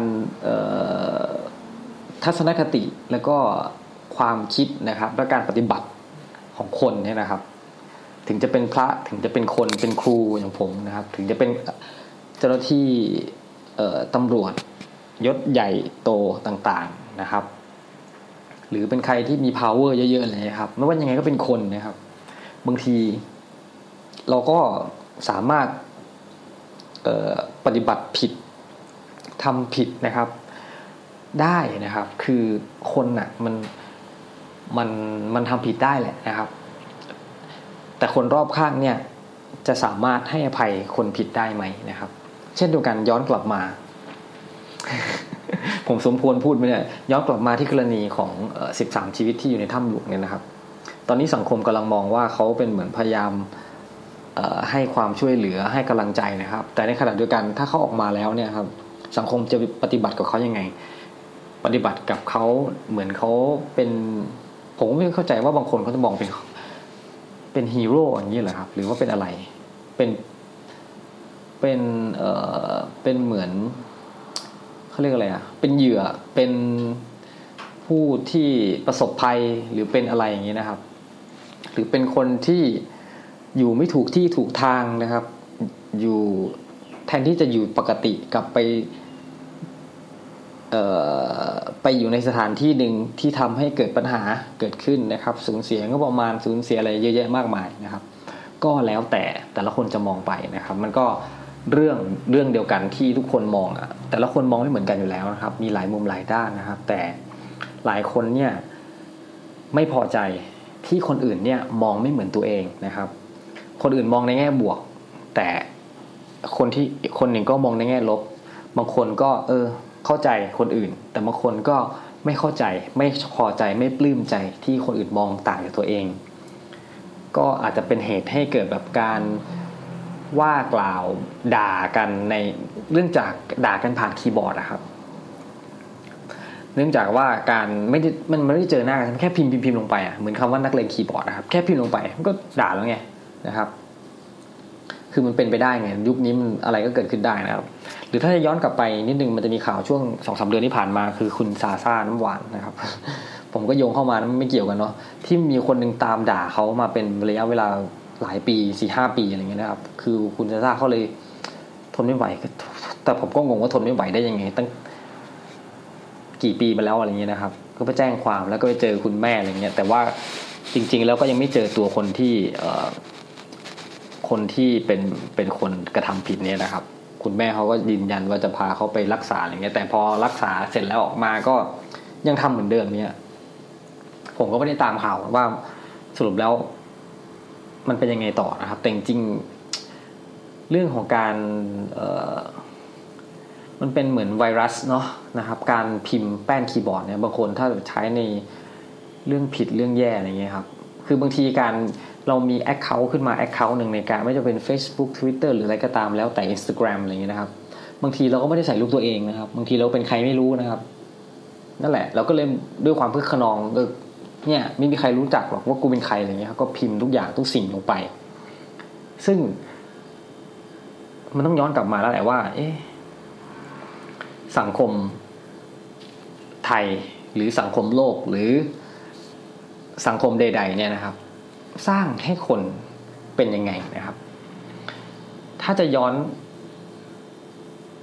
A: ทัศนคติแล้วก็ความคิดนะครับและการปฏิบัติของคนเนี่ยนะครับถึงจะเป็นพระถึงจะเป็นคนเป็นครูอย่างผมนะครับถึงจะเป็นเจ้าหน้าที่ตำรวจยศใหญ่โตต่างๆนะครับหรือเป็นใครที่มี power เยอะๆเลยครับไม่ว่ายังไงก็เป็นคนนะครับบางทีเราก็สามารถปฏิบัติผิดทำผิดนะครับได้นะครับคือคนน่ะมันทำผิดได้แหละนะครับแต่คนรอบข้างเนี่ยจะสามารถให้อภัยคนผิดได้ไหมนะครับเช่นเดียวกันย้อนกลับมา ผมสมควรพูดไหมเนี่ยย้อนกลับมาที่กรณีของ13ชีวิตที่อยู่ในถ้ำหลวงเนี่ยนะครับตอนนี้สังคมกำลังมองว่าเขาเป็นเหมือนพยายามให้ความช่วยเหลือให้กำลังใจนะครับแต่ในขณะเดียวกันถ้าเขาออกมาแล้วเนี่ยครับสังคมจะปฏิบัติกับเขายังไงปฏิบัติกับเขาเหมือนเขาเป็นผมไม่เข้าใจว่าบางคนเขาจะมองเป็นฮีโร่อย่างนี้เหรอครับหรือว่าเป็นอะไรเป็นเหมือนเขาเรียกอะไรเป็นเหยื่อเป็นผู้ที่ประสบภัยหรือเป็นอะไรอย่างนี้นะครับหรือเป็นคนที่อยู่ไม่ถูกที่ถูกทางนะครับอยู่แทนที่จะอยู่ปกติกลับไปอยู่ในสถานที่หนึ่งที่ทำให้เกิดปัญหาเกิดขึ้นนะครับสูญเสียก็ประมาณสูญเสียอะไรเยอะแยะมากมายนะครับก็แล้วแต่ละคนจะมองไปนะครับมันก็เรื่องเดียวกันที่ทุกคนมองแต่ละคนมองไม่เหมือนกันอยู่แล้วนะครับมีหลายมุมหลายด้านนะครับแต่หลายคนเนี่ยไม่พอใจที่คนอื่นเนี่ยมองไม่เหมือนตัวเองนะครับคนอื่นมองในแง่บวกแต่คนหนึ่งก็มองในแง่ลบบางคนก็เข้าใจคนอื่นแต่บางคนก็ไม่เข้าใจไม่พอใจไม่ปลื้มใจที่คนอื่นมองต่างจากตัวเองก็อาจจะเป็นเหตุให้เกิดแบบการว่ากล่าวด่ากันในเรื่องจากด่ากันผ่านคีย์บอร์ดนะครับเนื่องจากว่าการมันไม่ได้เจอหน้ากันแค่พิมพ์ลงไปเหมือนคำว่านักเลงคีย์บอร์ดนะครับแค่พิมพ์ลงไปมันก็ด่าแล้วไงนะครับคือมันเป็นไปได้ไงยุคนี้มันอะไรก็เกิดขึ้นได้นะครับหรือถ้าจะย้อนกลับไปนิดนึงมันจะมีข่าวช่วง 2-3 เดือนที่ผ่านมาคือคุณซาซ่าน้ำหวานนะครับ ผมก็โยงเข้ามาไม่เกี่ยวกันเนาะที่มีคนนึงตามด่าเขามาเป็นระยะเวลาหลายปี 4-5 ปีอะไรเงี้ยนะครับคือคุณซาซ่าเขาเลยทนไม่ไหวแต่ผมก็งงว่าทนไม่ไหวได้ยังไงตั้งกี่ปีมาแล้วอะไรเงี้ยนะครับก็ไปแจ้งความแล้วก็ไปเจอคุณแม่อะไรเงี้ยแต่ว่าจริงๆแล้วก็ยังไม่เจอตัวคนที่เป็นคนกระทำผิดเนี่ยนะครับคุณแม่เขาก็ยืนยันว่าจะพาเขาไปรักษาอะไรเงี้ยแต่พอรักษาเสร็จแล้วออกมาก็ยังทำเหมือนเดิมเนี่ยผมก็ไม่ได้ตามข่าวว่าสรุปแล้วมันเป็นยังไงต่อนะครับแต่จริงๆเรื่องของการมันเป็นเหมือนไวรัสเนาะนะครับการพิมพ์แป้นคีย์บอร์ดเนี่ยบางคนถ้าใช้ในเรื่องผิดเรื่องแย่อะไรเงี้ยครับคือบางทีการเรามี account ขึ้นมา account หนึ่งในการไม่ว่าจะเป็น Facebook Twitter หรืออะไรก็ตามแล้วแต่ Instagram อะไรอย่างเงี้ยนะครับบางทีเราก็ไม่ได้ใส่รูปตัวเองนะครับบางทีเราเป็นใครไม่รู้นะครับนั่นแหละเราก็เลยด้วยความคึกขนองเนี่ยไม่มีใครรู้จักหรอกว่ากูเป็นใครอะไรเงี้ยครับก็พิมพ์ทุกอย่างทุกสิ่งลงไปซึ่งมันต้องย้อนกลับมาแล้วแหละว่าสังคมไทยหรือสังคมโลกหรือสังคมใดๆเนี่ยนะครับสร้างให้คนเป็นยังไงนะครับถ้าจะย้อน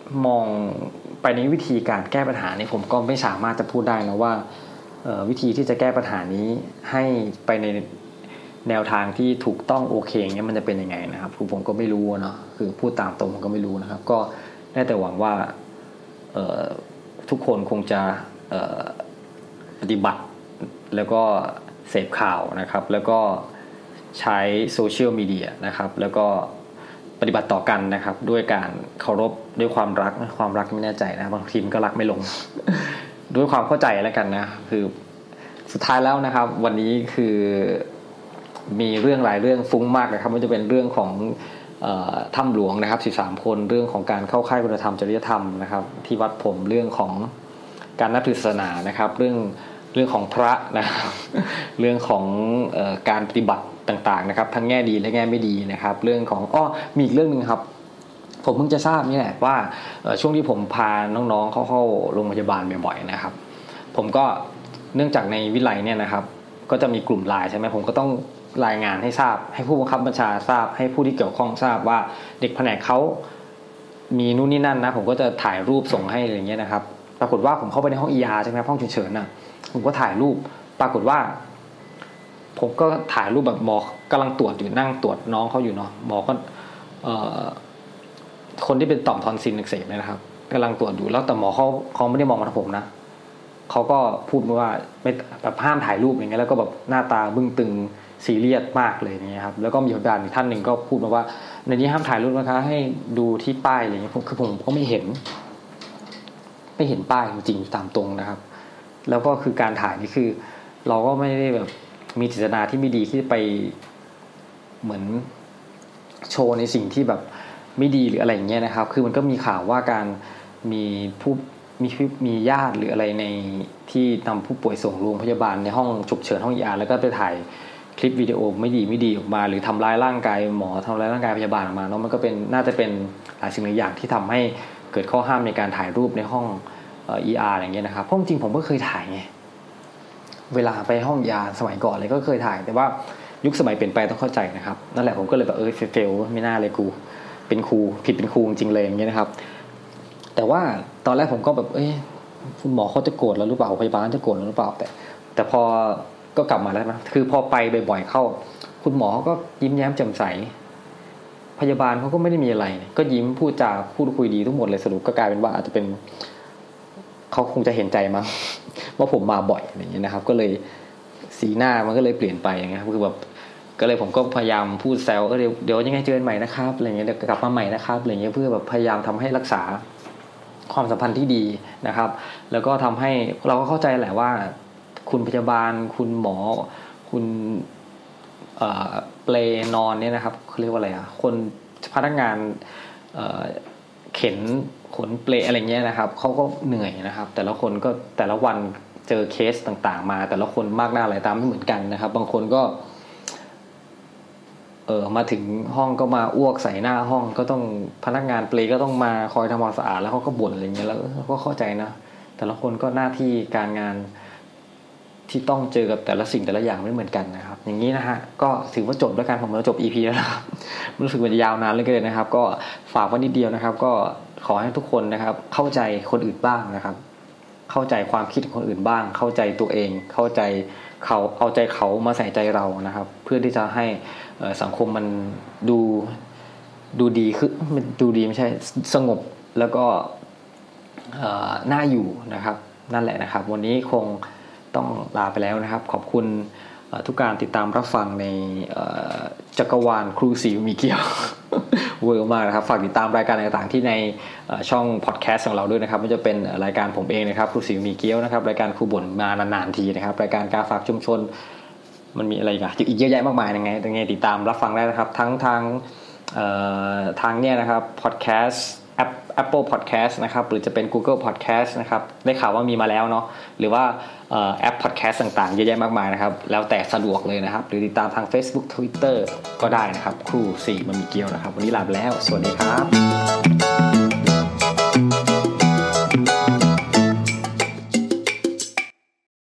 A: มองไปในวิธีการแก้ปัญหานี้ผมก็ไม่สามารถจะพูดได้นะว่าวิธีที่จะแก้ปัญหานี้ให้ไปในแนวทางที่ถูกต้องโอเคเงี้ยมันจะเป็นยังไงนะครับคือผมก็ไม่รู้เนาะคือพูดตามตรงผมก็ไม่รู้นะครับก็ได้แต่หวังว่าทุกคนคงจะปฏิบัติแล้วก็เสพข่าวนะครับแล้วก็ใช้โซเชียลมีเดียนะครับแล้วก็ปฏิบัติต่อกันนะครับด้วยการเคารพด้วยความรักไม่แน่ใจนะบางทีมันก็รักไม่ลง ด้วยความเข้าใจแล้วกันนะคือสุดท้ายแล้วนะครับวันนี้คือมีเรื่องหลายเรื่องฟุ้งมากนะครับไม่ว่าจะเป็นเรื่องของถ้ำหลวงนะครับ13คนเรื่องของการเข้าค่ายคุณธรรมจริยธรรมนะครับที่วัดผมเรื่องของการนับถือศาสนานะครับเรื่องของพระนะครับเรื่องของการปฏิบัติต่างๆนะครับทั้งแง่ดีและแง่ไม่ดีนะครับเรื่องของมีอีกเรื่องนึงครับผมเพิ่งจะทราบนี่แหละว่าช่วงที่ผมพาน้องๆเข้าโรงพยาบาลบ่อยๆนะครับผมก็เนื่องจากในวิไลเนี่ยนะครับก็จะมีกลุ่มไลน์ใช่ไหมผมก็ต้องรายงานให้ทราบให้ผู้บังคับบัญชาทราบให้ผู้ที่เกี่ยวข้องทราบว่าเด็กแผนกเขามีนู่นนี่นั่นนะผมก็จะถ่ายรูปส่งให้อะไรเงี้ยนะครับปรากฏว่าผมเข้าไปในห้อง ER ใช่ไหมห้องฉุกเฉินน่ะผมก็ถ่ายรูปปรากฏว่าผมก็ถ่ายรูปแบบหมอกำลังตรวจอยู่นั่งตรวจน้องเขาอยู่เนาะหมอก็คนที่เป็นต่อมทอนซิลอักเสบนะครับกำลังตรวจอยู่แล้วแต่หมอเขาไม่ได้มองมาที่ผมนะเขาก็พูดว่าไม่แบบห้ามถ่ายรูปอย่างเงี้ยแล้วก็แบบหน้าตาบึ้งตึงซีเรียสมากเลยอย่างเงี้ยครับแล้วก็มีพยาบาลอีกท่านหนึ่งก็พูดมาว่าในนี้ห้ามถ่ายรูปนะคะให้ดูที่ป้ายอะไรอย่างเงี้ยคือผมก็ไม่เห็นป้ายจริงๆตามตรงนะครับแล้วก็คือการถ่ายนี่คือเราก็ไม่ได้แบบมีเจตนาที่ไม่ดีที่ไปเหมือนโชว์ในสิ่งที่แบบไม่ดีหรืออะไรอย่างเงี้ยนะครับคือมันก็มีข่าวว่าการมีญาติหรืออะไรในที่นำผู้ป่วยส่งโรงพยาบาลในห้องฉุกเฉินห้อง ER แล้วก็ไปถ่ายคลิปวิดีโอไม่ดีออกมาหรือทำร้ายร่างกายหมอทำร้ายร่างกายพยาบาลออกมาเนาะมันก็เป็นน่าจะเป็นหลายสิ่งหลายอย่างที่ทำให้เกิดข้อห้ามในการถ่ายรูปในห้องER อย่างเงี้ยนะครับเพราะจริงผมก็เคยถ่ายไงเวลาไปห้องยาสมัยก่อนเลยก็เคยถ่ายแต่ว่ายุคสมัยเปลี่ยนไปต้องเข้าใจนะครับนั่นแหละผมก็เลยแบบเฟลไม่น่าเลยกูเป็นครูผิดเป็นครูจริงเลยอย่างเงี้ยนะครับแต่ว่าตอนแรกผมก็แบบคุณหมอเขาจะโกรธแล้วหรือเปล่าพยาบาลจะโกรธแล้วหรือเปล่าแต่พอก็กลับมาแล้วนะคือพอไปบ่อยๆเข้าคุณหมอก็ยิ้มแย้มแจ่มใสพยาบาลเขาก็ไม่ได้มีอะไรก็ยิ้มพูดจาพูดคุยดีทุกหมดเลยสรุปก็กลายเป็นว่าอาจจะเป็นเขาคงจะเห็นใจมั้งว่าผมมาบ่อยอย่างเงี้ยนะครับก็เลยสีหน้ามันก็เลยเปลี่ยนไปอย่างเงี้ยครับคือแบบก็เลยผมก็พยายามพูดแซวเดี๋ยวยังไงเจอกันใหม่นะครับอะไรเงี้ยเดี๋ยวกลับมาใหม่นะครับอะไรเงี้ยเพื่อแบบพยายามทำให้รักษาความสัมพันธ์ที่ดีนะครับแล้วก็ทำให้เราก็เข้าใจแหละว่าคุณพยาบาลคุณหมอคุณเปลนอนเนี่ยนะครับเขาเรียกว่าอะไรคนพนักงานเข็นขนเปลอะไรเงี้ยนะครับเขาก็เหนื่อยนะครับแต่ละคนก็แต่ละวันเจอเคสต่างๆมาแต่ละคนมากหน้าหลายตาไม่เหมือนกันนะครับบางคนก็มาถึงห้องก็มาอ้วกใส่หน้าห้องก็ต้องพนักงานเปลก็ต้องมาคอยทำความสะอาดแล้วเขาก็บ่นอะไรเงี้ยแล้วก็เข้าใจนะแต่ละคนก็หน้าที่การงานที่ต้องเจอกับแต่ละสิ่งแต่ละอย่างไม่เหมือนกันนะครับอย่างนี้นะฮะก็ถือว่าจบแล้วกันผมจบ EP แล้วนะครับรู้สึกว่าจะยาวนานเหลือเกินนะครับก็ฝากไว้นิดเดียวนะครับก็ขอให้ทุกคนนะครับเข้าใจคนอื่นบ้างนะครับเข้าใจความคิดของคนอื่นบ้างเข้าใจตัวเองเข้าใจเขาเอาใจเขามาใส่ใจเรานะครับเพื่อที่จะให้สังคมมันดูดีคือมันดูดีไม่ใช่สงบแล้วก็น่าอยู่นะครับนั่นแหละนะครับวันนี้คงต้องลาไปแล้วนะครับขอบคุณทุกการติดตามรับฟังในจักรวาลครูสีมีเกียวเวอร์มากนะครับฝากติดตามรายการต่างๆที่ในช่องพอดแคสต์ของเราด้วยนะครับไม่ว่าจะเป็นรายการผมเองนะครับครูสีมีเกียวนะครับรายการครูบ่นมานานๆทีนะครับรายการการฝากชุมชนมันมีอะไรอีกเยอะแยะมากมายยังไงติดตามรับฟังได้นะครับทั้งทางเนี่ยนะครับพอดแคสต์Apple Podcast นะครับหรือจะเป็น Google Podcast นะครับได้ข่าวว่ามีมาแล้วเนาะหรือว่าแอป Podcast ต่างๆเยอะแยะมากมายนะครับแล้วแต่สะดวกเลยนะครับหรือติดตามทาง Facebook Twitter ก็ได้นะครับครู4มันมีเกียวนะครับวันนี้ลาไปแล้วสวัสดีครับ